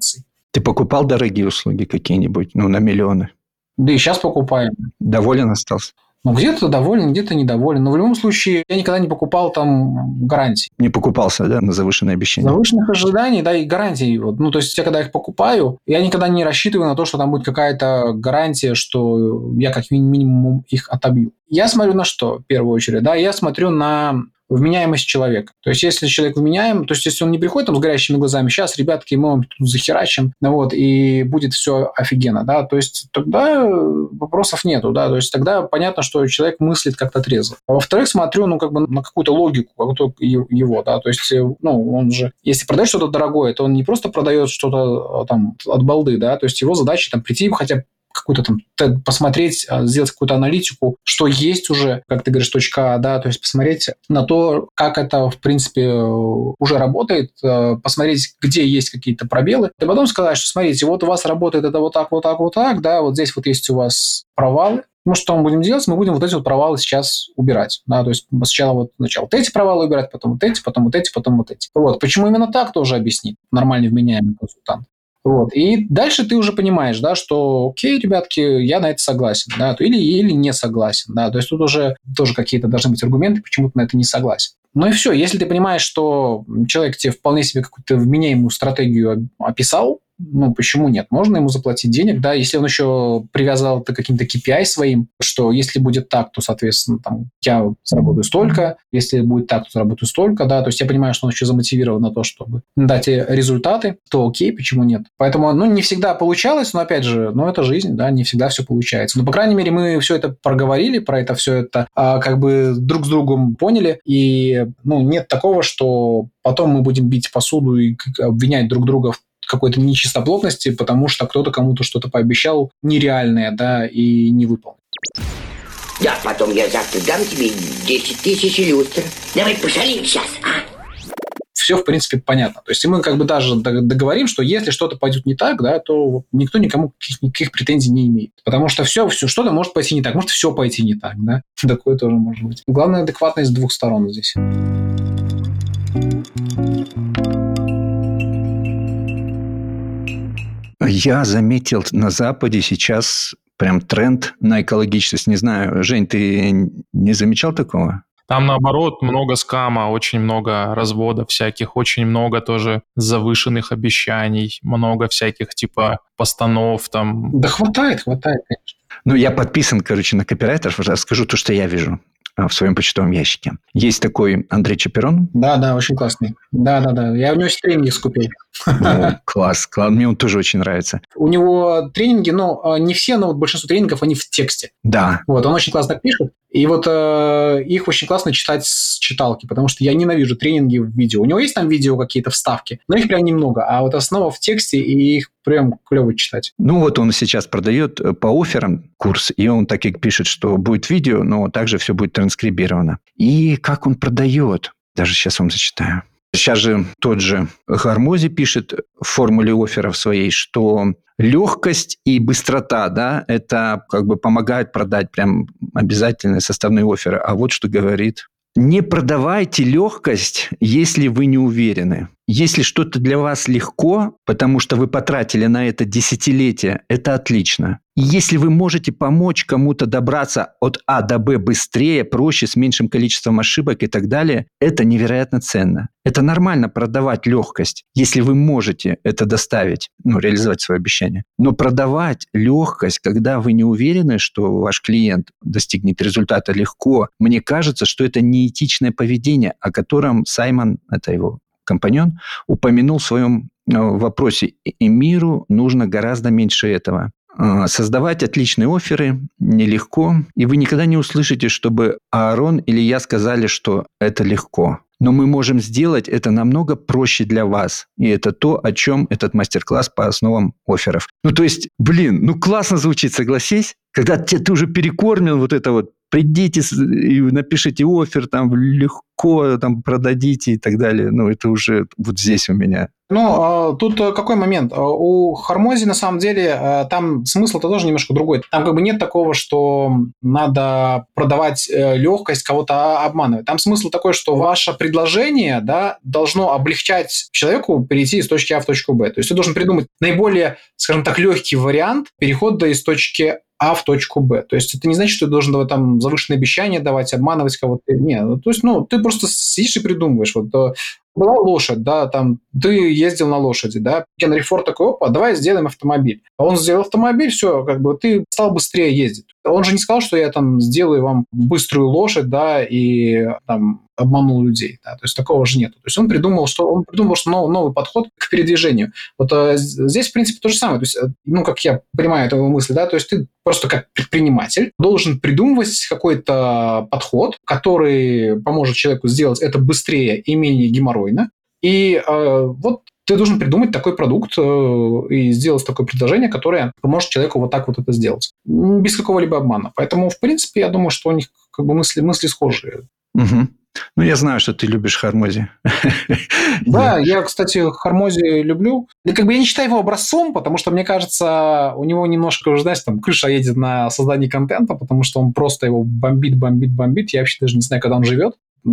Ты покупал дорогие услуги какие-нибудь, ну, на миллионы? Да и сейчас покупаем. Доволен остался? Ну, где-то доволен, где-то недоволен. Но в любом случае я никогда не покупал там гарантии. Не покупался, да, на завышенные обещания? Завышенных ожиданий, да, и гарантий. Вот. Ну, то есть я когда их покупаю, я никогда не рассчитываю на то, что там будет какая-то гарантия, что я как минимум их отобью. Я смотрю на что, в первую очередь? Да, я смотрю на вменяемость человека. То есть, если человек вменяем, то есть, если он не приходит там с горящими глазами, сейчас, ребятки, мы вам тут захерачим, ну, вот, и будет все офигенно, да, то есть, тогда вопросов нету, да, то есть, тогда понятно, что человек мыслит как-то трезво. А во-вторых, смотрю, ну, как бы на какую-то логику какую-то его, да, то есть, ну, он же, если продает что-то дорогое, то он не просто продает что-то там от балды, да, то есть, его задача там прийти хотя бы какую-то там, посмотреть, сделать какую-то аналитику, что есть уже, как ты говоришь, точка А, да, то есть посмотреть на то, как это, в принципе, уже работает, посмотреть, где есть какие-то пробелы, и потом сказать, что, смотрите, вот у вас работает это вот так, вот так, вот так, да, вот здесь вот есть у вас провалы. Ну, что мы будем делать? Мы будем вот эти вот провалы сейчас убирать. Да? То есть сначала вот, сначала вот эти провалы убирать, потом вот эти, потом вот эти, потом вот эти. Вот. Почему именно так, тоже объяснит нормальный вменяемый консультант. Вот. И дальше ты уже понимаешь, да, что окей, ребятки, я на это согласен, да, или, или не согласен. Да. То есть тут уже тоже какие-то должны быть аргументы, почему ты на это не согласен. Ну и все. Если ты понимаешь, что человек тебе вполне себе какую-то вменяемую стратегию описал, ну, почему нет? Можно ему заплатить денег, да, если он еще привязал это к каким-то кей пи ай своим, что если будет так, то, соответственно, там, я заработаю столько, если будет так, то заработаю столько, да, то есть я понимаю, что он еще замотивирован на то, чтобы дать результаты, то окей, почему нет? Поэтому, ну, не всегда получалось, но, опять же, ну, это жизнь, да, не всегда все получается. Но, по крайней мере, мы все это проговорили, про это все это а, как бы друг с другом поняли, и, ну, нет такого, что потом мы будем бить посуду и обвинять друг друга в какой-то нечистоплотности, потому что кто-то кому-то что-то пообещал нереальное, да, и не выполнил. Да, потом я завтра дам тебе десять тысяч люстр. Давай пошалим сейчас, а? Все, в принципе, понятно. То есть мы как бы даже договорим, что если что-то пойдет не так, да, то никто никому никаких, никаких претензий не имеет. Потому что все, все, что-то может пойти не так, может все пойти не так, да. Такое тоже может быть. Главное, адекватность с двух сторон здесь. Я заметил на Западе сейчас прям тренд на экологичность. Не знаю, Жень, ты не замечал такого? Там, наоборот, много скама, очень много разводов всяких, очень много тоже завышенных обещаний, много всяких типа постанов там. Да хватает, хватает, конечно. Ну, я подписан, короче, на копирайтеров. Расскажу то, что я вижу в своем почтовом ящике. Есть такой Андрей Чаперон. Да, да, очень классный. Да, да, да. Я у него тренинги скупил. О, класс, класс. Мне он тоже очень нравится. У него тренинги, ну, не все, но вот большинство тренингов, они в тексте. Да. Вот, он очень классно пишет. И вот э, их очень классно читать с читалки, потому что я ненавижу тренинги в видео. У него есть там видео какие-то вставки, но их прям немного. А вот основа в тексте, и их прям клево читать. Ну, вот он сейчас продает по офферам курс, и он так и пишет, что будет видео, но также все будет транскрибировано. И как он продает? Даже сейчас вам зачитаю. Сейчас же тот же Гармози пишет в формуле офферов своей, что легкость и быстрота, да, это как бы помогает продать прям обязательные составные офферы. А вот что говорит. Не продавайте легкость, если вы не уверены. Если что-то для вас легко, потому что вы потратили на это десятилетия, это отлично. И если вы можете помочь кому-то добраться от А до Б быстрее, проще, с меньшим количеством ошибок и так далее, это невероятно ценно. Это нормально продавать легкость, если вы можете это доставить, ну, реализовать свое обещание. Но продавать легкость, когда вы не уверены, что ваш клиент достигнет результата легко, мне кажется, что это неэтичное поведение, о котором Саймон, это его компаньон, упомянул в своем вопросе. И миру нужно гораздо меньше этого. Создавать отличные офферы нелегко, и вы никогда не услышите, чтобы Аарон или я сказали, что это легко. Но мы можем сделать это намного проще для вас. И это то, о чем этот мастер-класс по основам офферов. Ну, то есть, блин, ну классно звучит, согласись? Когда те, ты уже перекормил вот это вот, придите и напишите оффер, там легко там продадите и так далее. Ну, это уже вот здесь у меня. Ну, тут какой момент? У Hormozy, на самом деле, там смысл-то тоже немножко другой. Там как бы нет такого, что надо продавать легкость, кого-то обманывать. Там смысл такой, что ваше предложение, да, должно облегчать человеку перейти из точки А в точку Б. То есть ты должен придумать наиболее, скажем так, легкий вариант перехода из точки А в точку Б. То есть это не значит, что ты должен там завышенные обещания давать, обманывать кого-то. Нет, то есть, ну, ты просто сидишь и придумываешь. Вот была лошадь, да, там, ты ездил на лошади, да, Генри Форд такой, опа, давай сделаем автомобиль. А он сделал автомобиль, все, как бы ты стал быстрее ездить. Он же не сказал, что я там сделаю вам быструю лошадь, да, и там обманул людей, да, то есть такого же нет. То есть он придумал, что он придумал, что новый, новый подход к передвижению. Вот а, здесь, в принципе, то же самое. То есть, ну, как я понимаю эту мысль, да, то есть ты просто как предприниматель должен придумывать какой-то подход, который поможет человеку сделать это быстрее и менее геморройно. И э, вот ты должен придумать такой продукт э, и сделать такое предложение, которое поможет человеку вот так вот это сделать. Без какого-либо обмана. Поэтому, в принципе, я думаю, что у них как бы мысли, мысли схожие. Угу. Ну, я знаю, что ты любишь Hormozy. Да, я, кстати, Hormozy люблю. И как бы я не считаю его образцом, потому что, мне кажется, у него немножко уже, знаешь, там крыша едет на создании контента, потому что он просто его бомбит, бомбит, бомбит. Я вообще даже не знаю, когда он живет.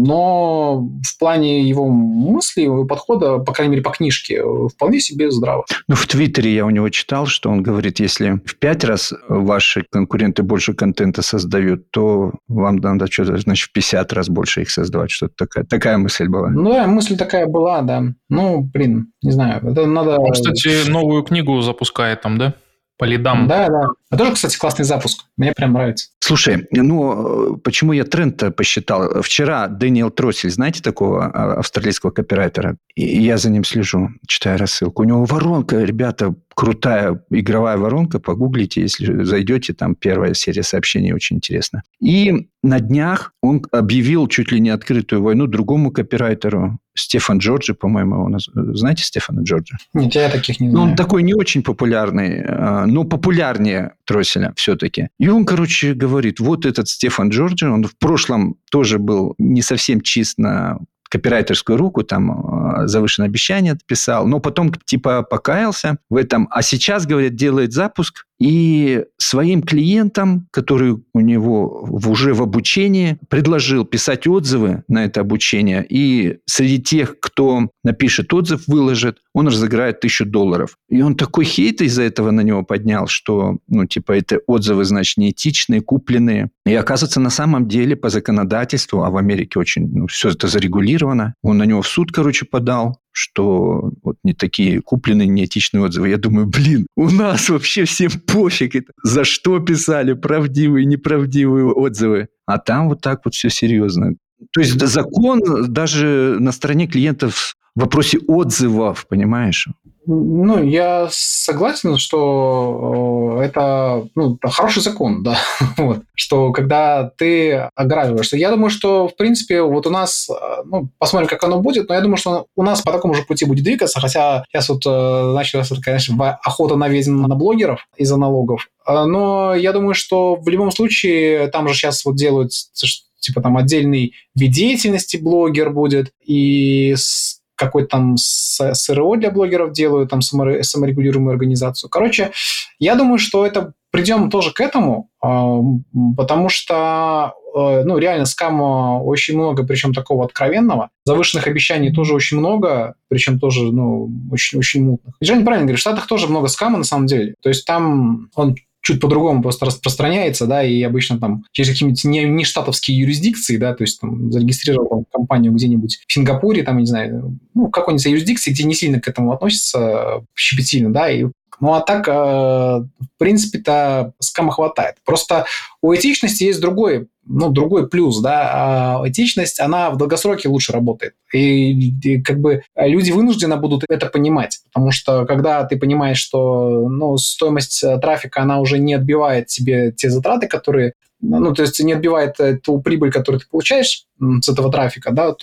Но в плане его мыслей, его подхода, по крайней мере, по книжке, вполне себе здраво. Ну, в Твиттере я у него читал, что он говорит, если в пять раз ваши конкуренты больше контента создают, то вам надо что-то, значит, в пятьдесят раз больше их создавать. Что-то такая, такая мысль была. Ну, да, мысль такая была, да. Ну, блин, не знаю. Это надо... Он, кстати, новую книгу запускает там, да? По лидам. Да, да. Это тоже, кстати, классный запуск. Мне прям нравится. Слушай, ну, почему я тренд-то посчитал? Вчера Дэниел Троссель, знаете такого австралийского копирайтера? И я за ним слежу, читаю рассылку. У него воронка, ребята, крутая игровая воронка. Погуглите, если зайдете, там первая серия сообщений очень интересна. И на днях он объявил чуть ли не открытую войну другому копирайтеру, Стефан Джорджи, по-моему, его наз... знаете Стефана Джорджи? Нет, я таких не знаю. Ну, он такой не очень популярный, но популярнее Тросселя все-таки. И он, короче, говорит, вот этот Стефан Джорджи, он в прошлом тоже был не совсем чист на копирайтерскую руку, там завышенное обещание писал, но потом типа покаялся в этом. А сейчас, говорят, делает запуск и своим клиентам, которые у него уже в обучении, предложил писать отзывы на это обучение. И среди тех, кто напишет отзыв, выложит, он разыграет тысячу долларов. И он такой хейт из-за этого на него поднял, что, ну, типа, это отзывы, значит, неэтичные, купленные. И оказывается, на самом деле, по законодательству, а в Америке очень, ну, все это зарегулировано, он на него в суд, короче, подал, что вот не такие купленные неэтичные отзывы. Я думаю, блин, у нас вообще всем пофиг, это, за что писали правдивые, неправдивые отзывы. А там вот так вот все серьезно. То есть закон даже на стороне клиентов в вопросе отзывов, понимаешь? Ну, я согласен, что это, ну, хороший закон, да, вот, что когда ты ограничиваешься. Я думаю, что, в принципе, вот у нас, ну, посмотрим, как оно будет, но я думаю, что у нас по такому же пути будет двигаться, хотя сейчас вот началась, конечно, охота на ведьм на блогеров из-за налогов, но я думаю, что в любом случае там же сейчас вот делают, типа, там отдельный вид деятельности блогер будет, и какой-то там СРО для блогеров делают, там саморегулируемую организацию. Короче, я думаю, что это придем тоже к этому, потому что, ну, реально скама очень много, причем такого откровенного. Завышенных обещаний тоже очень много, причем тоже, ну, очень, очень мутных. И Женя правильно говорит, в Штатах тоже много скама на самом деле. То есть там он чуть по-другому просто распространяется, да, и обычно там через какие-нибудь не, не штатовские юрисдикции, да, то есть там зарегистрировал там, компанию где-нибудь в Сингапуре, там, не знаю, ну, в какой-нибудь юрисдикции, где не сильно к этому относятся щепетильно, да, и ну, а так, э, в принципе-то, скама хватает. Просто у этичности есть другой, ну, другой плюс, да, а этичность, она в долгосроке лучше работает. И, и как бы люди вынуждены будут это понимать, потому что когда ты понимаешь, что, ну, стоимость трафика, она уже не отбивает тебе те затраты, которые, ну, то есть не отбивает ту прибыль, которую ты получаешь с этого трафика, да, то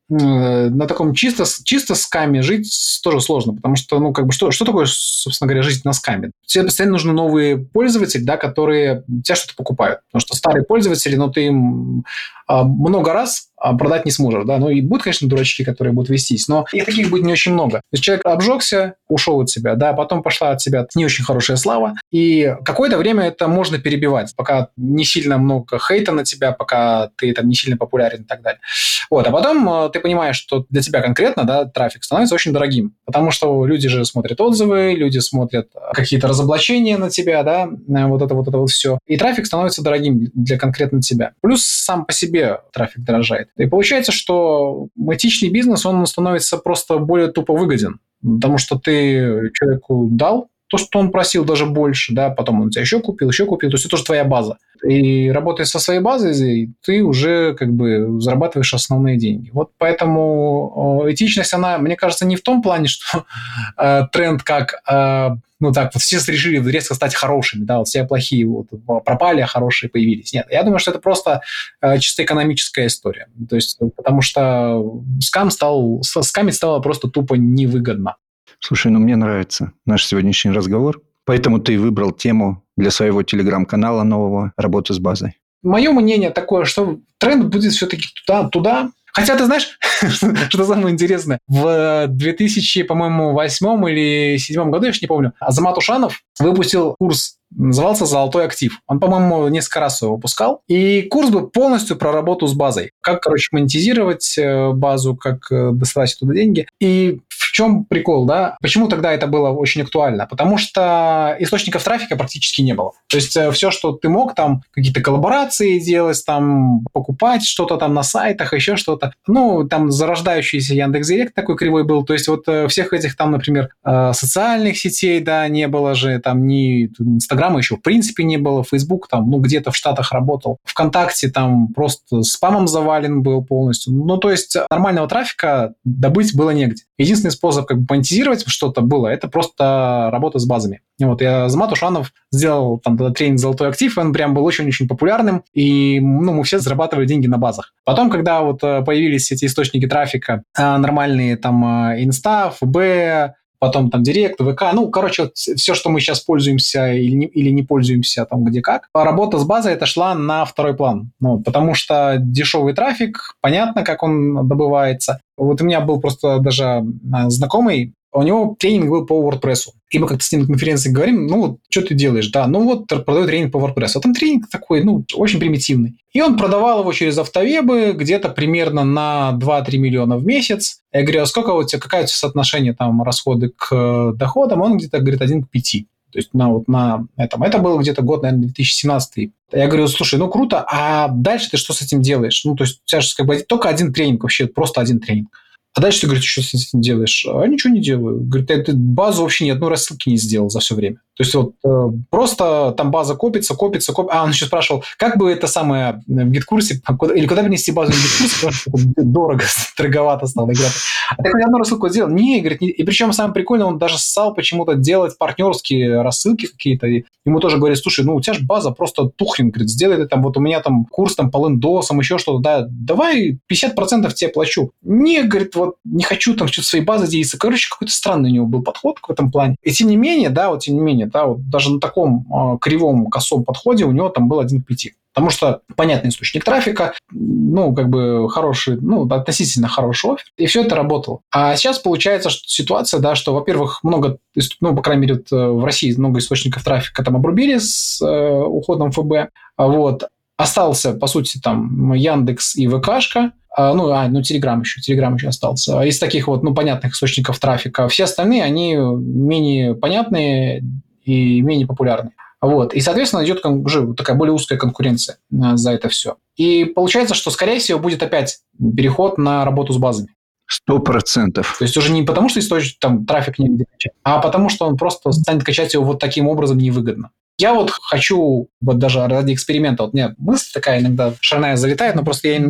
на таком чисто, чисто скаме жить тоже сложно, потому что, ну, как бы, что, что такое, собственно говоря, жить на скаме? Тебе постоянно нужны новые пользователи, да, которые тебя что-то покупают. Потому что старые пользователи, ну, ты им много раз продать не сможешь, да, ну, и будут, конечно, дурачки, которые будут вестись, но их таких будет не очень много. То есть человек обжегся, ушел от тебя, да, потом пошла от тебя не очень хорошая слава, и какое-то время это можно перебивать, пока не сильно много хейта на тебя, пока ты там не сильно популярен и так далее. Вот, а потом ты понимаешь, что для тебя конкретно, да, трафик становится очень дорогим, потому что люди же смотрят отзывы, люди смотрят какие-то разоблачения на тебя, да, вот это вот это вот все, и трафик становится дорогим для конкретно тебя. Плюс сам по себе трафик дорожает. И получается, что этичный бизнес, он становится просто более тупо выгоден, потому что ты человеку дал то, что он просил, даже больше, да, потом он тебя еще купил, еще купил, то есть это тоже твоя база. И работая со своей базой, ты уже как бы зарабатываешь основные деньги. Вот поэтому этичность, она, мне кажется, не в том плане, что э, тренд как, э, ну так, вот все решили резко стать хорошими, да, вот все плохие вот, пропали, а хорошие появились. Нет, я думаю, что это просто э, чисто экономическая история. То есть, потому что скам стал, скамить стало просто тупо невыгодно. Слушай, ну мне нравится наш сегодняшний разговор, поэтому ты выбрал тему для своего телеграм-канала нового «Работа с базой». Мое мнение такое, что тренд будет все-таки туда, туда. Хотя, ты знаешь, что самое интересное, в две тысячи, по-моему, восьмом или две тысячи седьмом году, я же не помню, Азамат Ушанов выпустил курс, назывался «Золотой актив». Он, по-моему, несколько раз его выпускал. И курс был полностью про работу с базой. Как, короче, монетизировать базу, как доставать туда деньги. И в чем прикол, да? Почему тогда это было очень актуально? Потому что источников трафика практически не было. То есть все, что ты мог, там какие-то коллаборации делать, там покупать что-то там на сайтах, еще что-то. Ну, там зарождающийся Яндекс.Директ такой кривой был. То есть вот всех этих там, например, социальных сетей, да, не было же, там ни Инстаграма еще в принципе не было, Фейсбук там, ну, где-то в Штатах работал. ВКонтакте там просто спамом завален был полностью. Ну, то есть нормального трафика добыть было негде. Единственный способ как бы монетизировать что-то было, это просто работа с базами. И вот я Азамат Ушанов сделал там тогда тренинг «Золотой актив», и он прям был очень-очень популярным, и ну, мы все зарабатывали деньги на базах. Потом, когда вот появились эти источники трафика, нормальные там Инста, ФБ, потом там Директ, ВК, ну, короче, вот все, что мы сейчас пользуемся или не, или не пользуемся, там где как, работа с базой это шла на второй план, ну, потому что дешевый трафик, понятно, как он добывается. Вот у меня был просто даже знакомый, у него тренинг был по WordPress. И мы как-то с ним на конференции говорим, ну вот, что ты делаешь? Да, ну вот, продаю тренинг по WordPress. А там тренинг такой, ну, очень примитивный. И он продавал его через автовебы где-то примерно на два-три миллиона в месяц. Я говорю, а сколько у тебя, какое у тебя соотношение там расходы к доходам? Он где-то говорит один к пяти. То есть на, вот на этом. Это был где-то год, наверное, две тысячи семнадцатый. Я говорю, слушай, ну круто, а дальше ты что с этим делаешь? Ну, то есть у тебя же как бы только один тренинг вообще, просто один тренинг. А дальше ты, говорит, что с этим делаешь? А ничего не делаю. Говорит, я базу вообще ни одной рассылки не сделал за все время. То есть вот э, просто там база копится, копится, копится. А он еще спрашивал, как бы это самое в гид-курсе, или куда принести базу в гид-курсе, потому что дорого, дороговато стало играть. А ты хоть одну рассылку сделал? Не, говорит, не. И причем самое прикольное, он даже ссал почему-то делать партнерские рассылки какие-то. И ему тоже говорит, слушай, ну у тебя же база просто тухнет, говорит, сделай ты там, вот у меня там курс там по лендосам, еще что-то, да, давай пятьдесят процентов тебе плачу. Не, говорит, вот не хочу там что-то своей базы делиться. Короче, какой-то странный у него был подход в этом плане. И тем не менее, да, вот тем не менее, да, вот даже на таком э, кривом, косом подходе у него там был один к пяти. Потому что понятный источник трафика, ну, как бы хороший, ну, относительно хороший офер, и все это работало. А сейчас получается что ситуация, да, что, во-первых, много, ну, по крайней мере, вот в России много источников трафика там обрубили с э, уходом ФБ, вот. Остался, по сути, там Яндекс и ВКшка, ну, а, ну, Телеграм еще, Телеграм еще остался. Из таких вот, ну, понятных источников трафика. Все остальные, они менее понятные и менее популярные. Вот. И, соответственно, идет уже такая более узкая конкуренция за это все. И получается, что, скорее всего, будет опять переход на работу с базами. Сто процентов. То есть уже не потому, что источник, там, трафик негде качать, а потому, что он просто станет качать его вот таким образом невыгодно. Я вот хочу, вот даже ради эксперимента, вот у меня мысль такая иногда шальная залетает, но просто я,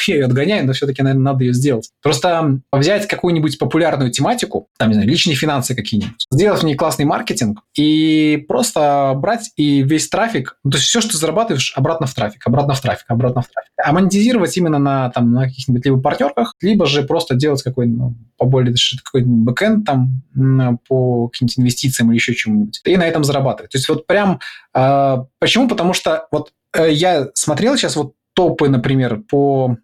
я ее отгоняю, но все-таки, наверное, надо ее сделать. Просто взять какую-нибудь популярную тематику, там, не знаю, личные финансы какие-нибудь, сделать в ней классный маркетинг и просто брать и весь трафик, ну, то есть все, что ты зарабатываешь, обратно в трафик, обратно в трафик, обратно в трафик. А монетизировать именно на, там, на каких-нибудь либо партнерках, либо же просто делать какой-нибудь, ну, поболее какой-нибудь бэкэнд там по каким-нибудь инвестициям или еще чему-нибудь. И на этом зарабатывать. То есть вот прям... Э, почему? Потому что вот э, я смотрел сейчас вот топы, например, по...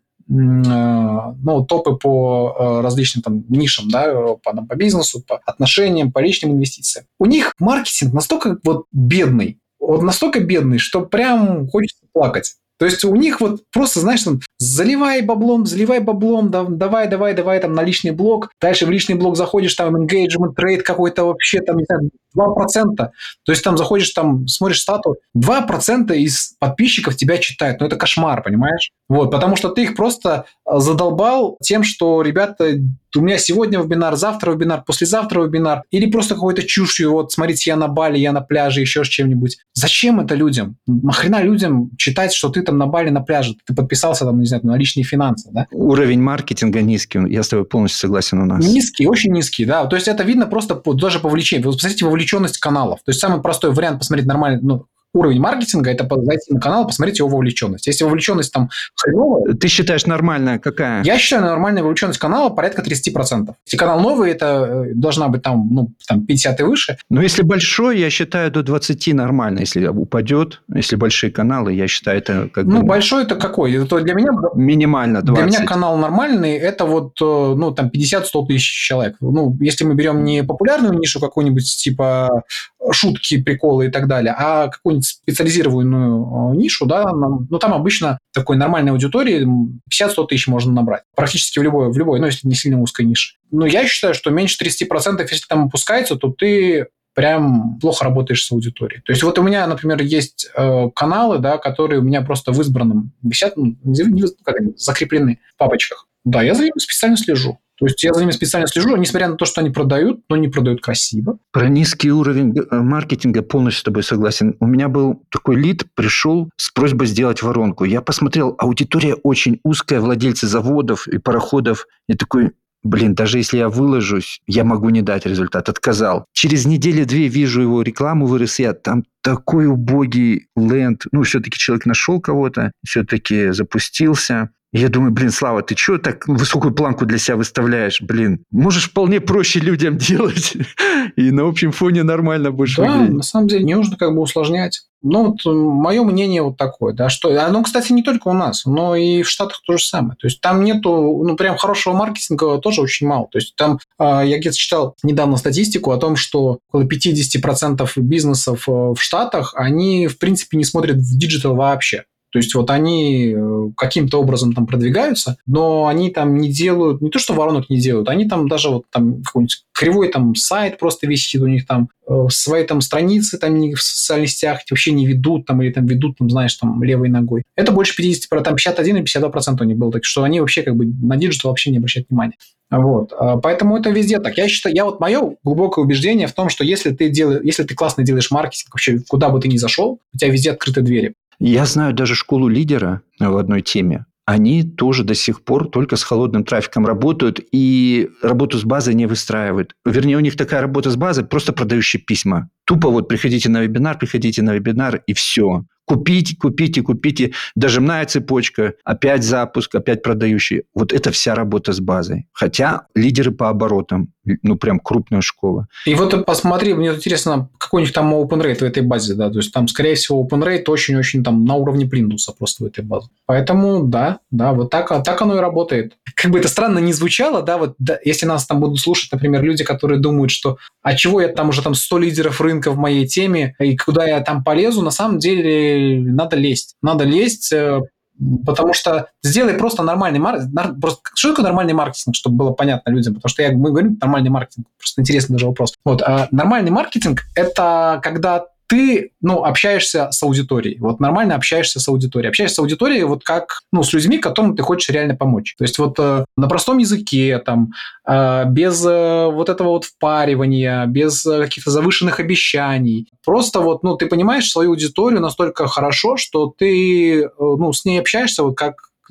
ну, топы по различным там нишам, да, по, по бизнесу, по отношениям, по личным инвестициям. У них маркетинг настолько вот бедный, вот настолько бедный, что прям хочется плакать. То есть у них вот просто, знаешь, там, заливай баблом, заливай баблом, да, давай, давай, давай там на личный блог. Дальше в личный блог заходишь, там engagement rate какой-то вообще, там, не знаю, два процента. То есть там заходишь, там смотришь стату, два процента из подписчиков тебя читают. Ну, это кошмар, понимаешь? Вот, потому что ты их просто задолбал тем, что, ребята, у меня сегодня вебинар, завтра вебинар, послезавтра вебинар, или просто какой-то чушью, вот, смотрите, я на Бали, я на пляже, еще с чем-нибудь. Зачем это людям? Нахрена людям читать, что ты там на Бали, на пляже, ты подписался там, не знаю, на личные финансы, да? Уровень маркетинга низкий, я с тобой полностью согласен у нас. Низкий, очень низкий, да. То есть это видно просто по, даже по вовлечению. Вот посмотрите вовлеченность каналов. То есть самый простой вариант посмотреть нормально, ну, уровень маркетинга – это зайти на канал, посмотреть его вовлеченность. Если вовлеченность там хреновая... Ты считаешь нормальная какая? Я считаю, нормальная вовлеченность канала порядка тридцать процентов. Если канал новый, это должна быть там, ну, там пятьдесят и выше. Но если большой, я считаю, до двадцати нормально. Если упадет, если большие каналы, я считаю, это как ну, бы... Ну, большой – это какой? Это для меня... Минимально двадцать. Для меня канал нормальный – это вот, ну, там, пятьдесят-сто тысяч человек. Ну, если мы берем не популярную нишу какую-нибудь, типа шутки, приколы и так далее, а какую-нибудь специализированную нишу, да, ну, там обычно такой нормальной аудитории пятьдесят-сто тысяч можно набрать. Практически в любой, в любой, ну, если не сильно узкой нише. Но я считаю, что меньше тридцать процентов, если там опускается, то ты прям плохо работаешь с аудиторией. То есть вот у меня, например, есть э, каналы, да, которые у меня просто в избранном висят, ну, не, как они, закреплены в папочках. Да, я за ними специально слежу. То есть я за ними специально слежу, несмотря на то, что они продают, но не продают красиво. Про низкий уровень маркетинга полностью с тобой согласен. У меня был такой лид, пришел с просьбой сделать воронку. Я посмотрел, аудитория очень узкая, владельцы заводов и пароходов. И такой... Блин, даже если я выложусь, я могу не дать результат. Отказал. Через неделю-две вижу его рекламу в эр эс я. Там такой убогий ленд. Ну, все-таки человек нашел кого-то, все-таки запустился. Я думаю, блин, Слава, ты что так высокую планку для себя выставляешь? Блин, можешь вполне проще людям делать. И на общем фоне нормально будешь да, выглядеть. На самом деле не нужно как бы усложнять. Ну, вот мое мнение вот такое, да, что... Оно, кстати, не только у нас, но и в Штатах то же самое. То есть там нету, ну, прям хорошего маркетинга тоже очень мало. То есть там, я где-то читал недавно статистику о том, что около пятьдесят процентов бизнесов в Штатах, они, в принципе, не смотрят в диджитал вообще. То есть вот они каким-то образом там продвигаются, но они там не делают, не то что воронок не делают, они там даже вот там какой-нибудь кривой там сайт просто висит у них там, свои там страницы там в социальных сетях вообще не ведут там или там ведут, там, знаешь, там левой ногой. Это больше пятьдесят процентов, там пятьдесят один и пятьдесят два процента у них было, так что они вообще как бы на диджитал вообще не обращают внимания. Вот. Поэтому это везде так. Я считаю, я вот мое глубокое убеждение в том, что если ты делаешь, если ты классно делаешь маркетинг, вообще куда бы ты ни зашел, у тебя везде открыты двери. Я знаю даже школу лидера в одной теме. Они тоже до сих пор только с холодным трафиком работают и работу с базой не выстраивают. Вернее, у них такая работа с базой, просто продающие письма. Тупо вот приходите на вебинар, приходите на вебинар и все. Купите, купите, купите. Дожимная цепочка, опять запуск, опять продающий. Вот это вся работа с базой. Хотя лидеры по оборотам, ну прям крупная школа. И вот посмотри, мне интересно, какой у них там open rate в этой базе, да, то есть там, скорее всего, open rate очень-очень там на уровне плинтуса просто в этой базе. Поэтому, да, да, вот так, так оно и работает. Как бы это странно не звучало, да, вот да, если нас там будут слушать, например, люди, которые думают, что а чего я там уже там сто лидеров рынка в моей теме, и куда я там полезу, на самом деле надо лезть. Надо лезть, потому что сделай просто нормальный маркетинг. Просто, что такое нормальный маркетинг, чтобы было понятно людям? Потому что я, мы говорим нормальный маркетинг. Просто интересный даже вопрос. Вот, а нормальный маркетинг – это когда ты, ну, общаешься с аудиторией. Вот нормально общаешься с аудиторией. Общаешься с аудиторией вот как, ну, с людьми, которым ты хочешь реально помочь. То есть вот э, на простом языке, там, э, без э, вот этого вот впаривания, без э, каких-то завышенных обещаний. Просто вот, ну, ты понимаешь свою аудиторию настолько хорошо, что ты, э, ну, с ней общаешься вот как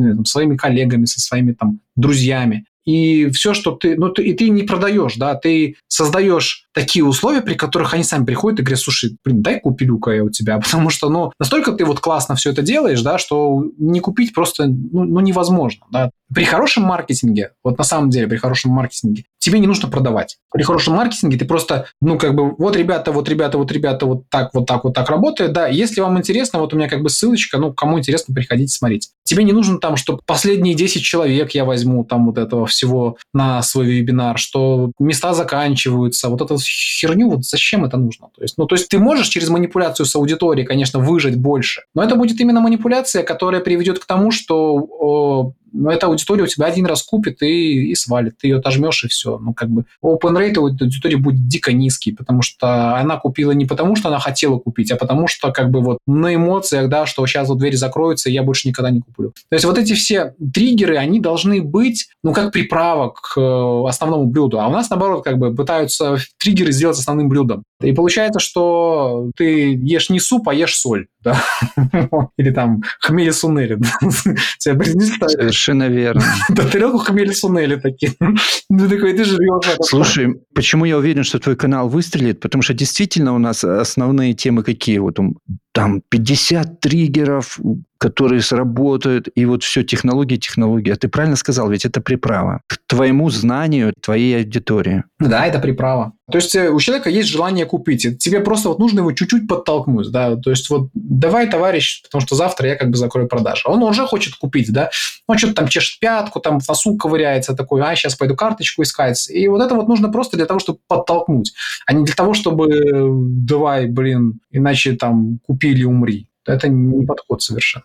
там, своими коллегами, со своими там друзьями. И все, что ты... Ну, ты, и ты не продаешь, да, ты создаешь такие условия, при которых они сами приходят и говорят, слушай, блин, дай купилю-ка я у тебя, потому что, ну, настолько ты вот классно все это делаешь, да, что не купить просто, ну, ну невозможно, да. При хорошем маркетинге, вот на самом деле, при хорошем маркетинге, тебе не нужно продавать. При хорошем маркетинге ты просто, ну, как бы, вот, ребята, вот, ребята, вот, ребята, вот так, вот так, вот так работает, да. Если вам интересно, вот у меня как бы ссылочка, ну, кому интересно, приходите смотреть. Тебе не нужно там, что последние десять человек я возьму там вот этого всего на свой вебинар, что места заканчиваются, вот эту херню, вот зачем это нужно? То есть, ну, то есть ты можешь через манипуляцию с аудиторией, конечно, выжать больше, но это будет именно манипуляция, которая приведет к тому, что о, ну, эта аудитория у тебя один раз купит и, и свалит, ты ее отожмешь и все. Ну, как бы open rate у аудитории будет дико низкий, потому что она купила не потому, что она хотела купить, а потому что как бы вот на эмоциях, да, что сейчас вот двери закроются, и я больше никогда не куплю. То есть вот эти все триггеры, они должны быть, ну, как приправа к основному блюду, а у нас, наоборот, как бы пытаются триггеры сделать основным блюдом. И получается, что ты ешь не суп, а ешь соль, да, или там хмели-сунели. Совершенно верно. Да, тарелку хмели-сунели такие. Ты такой, ты живешь. Слушай, почему я уверен, что твой канал выстрелит? Потому что действительно у нас основные темы какие? Вот там пятьдесят триггеров, которые сработают, и вот все, технологии, технологии. А ты правильно сказал, ведь это приправа к твоему знанию, твоей аудитории. Да, это приправа. То есть у человека есть желание купить. Тебе просто вот нужно его чуть-чуть подтолкнуть, да. То есть вот давай, товарищ, потому что завтра я как бы закрою продажи. Он уже хочет купить, да. Он что-то там чешет пятку, там в носу ковыряется, такой, а, сейчас пойду карточку искать. И вот это вот нужно просто для того, чтобы подтолкнуть, а не для того, чтобы давай, блин, иначе там купи или умри. Это не подход совершенно.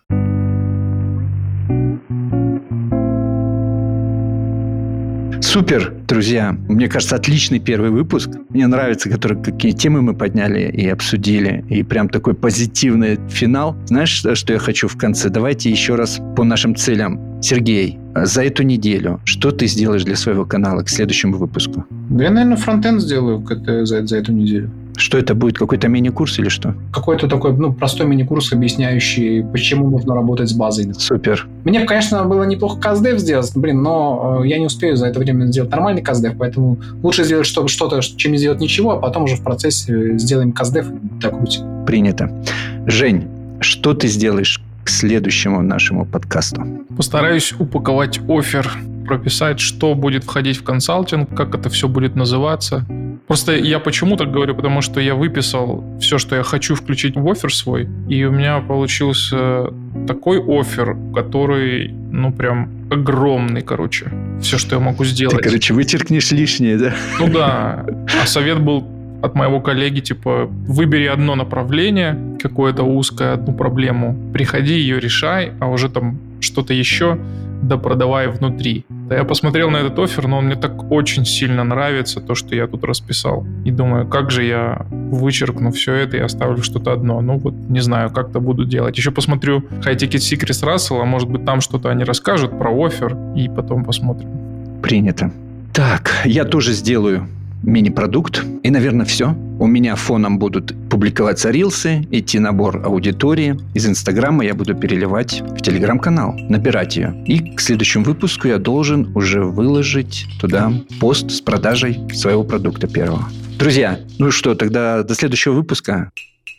Супер, друзья. Мне кажется, отличный первый выпуск. Мне нравится, который, какие темы мы подняли и обсудили. И прям такой позитивный финал. Знаешь, что я хочу в конце? Давайте еще раз по нашим целям. Сергей, за эту неделю что ты сделаешь для своего канала к следующему выпуску? Я, наверное, фронтенд сделаю за, за эту неделю. Что это будет? Какой-то мини-курс или что? Какой-то такой, ну, простой мини-курс, объясняющий, почему нужно работать с базой. Супер. Мне, конечно, было неплохо каздев сделать, блин, но я не успею за это время сделать нормальный каздев, поэтому лучше сделать что-то, чем не сделать ничего, а потом уже в процессе сделаем каздев и докрутим. Принято. Жень, что ты сделаешь к следующему нашему подкасту? Постараюсь упаковать оффер, прописать, что будет входить в консалтинг, как это все будет называться. Просто я почему так говорю, потому что я выписал все, что я хочу включить в оффер свой, и у меня получился такой оффер, который, ну, прям огромный, короче. Все, что я могу сделать. Ты, короче, вычеркнешь лишнее, да? Ну да. А совет был от моего коллеги, типа, выбери одно направление, какое-то узкое, одну проблему, приходи, ее решай, а уже там что-то еще допродавай внутри. Да, я посмотрел на этот оффер, но он мне так очень сильно нравится, то, что я тут расписал. И думаю, как же я вычеркну все это и оставлю что-то одно. Ну вот, не знаю, как-то буду делать. Еще посмотрю High Ticket Secrets Russell, а может быть там что-то они расскажут про оффер, и потом посмотрим. Принято. Так, я тоже сделаю мини-продукт. И, наверное, все. У меня фоном будут публиковаться рилсы, идти набор аудитории. Из Инстаграма я буду переливать в Телеграм-канал, набирать ее. И к следующему выпуску я должен уже выложить туда пост с продажей своего продукта первого. Друзья, ну что, тогда до следующего выпуска.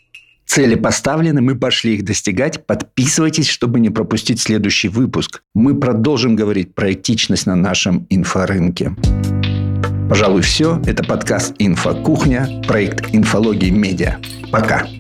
Цели поставлены, мы пошли их достигать. Подписывайтесь, чтобы не пропустить следующий выпуск. Мы продолжим говорить про этичность на нашем инфорынке. Пожалуй, все. Это подкаст «Инфокухня», проект «Инфологии Медиа». Пока.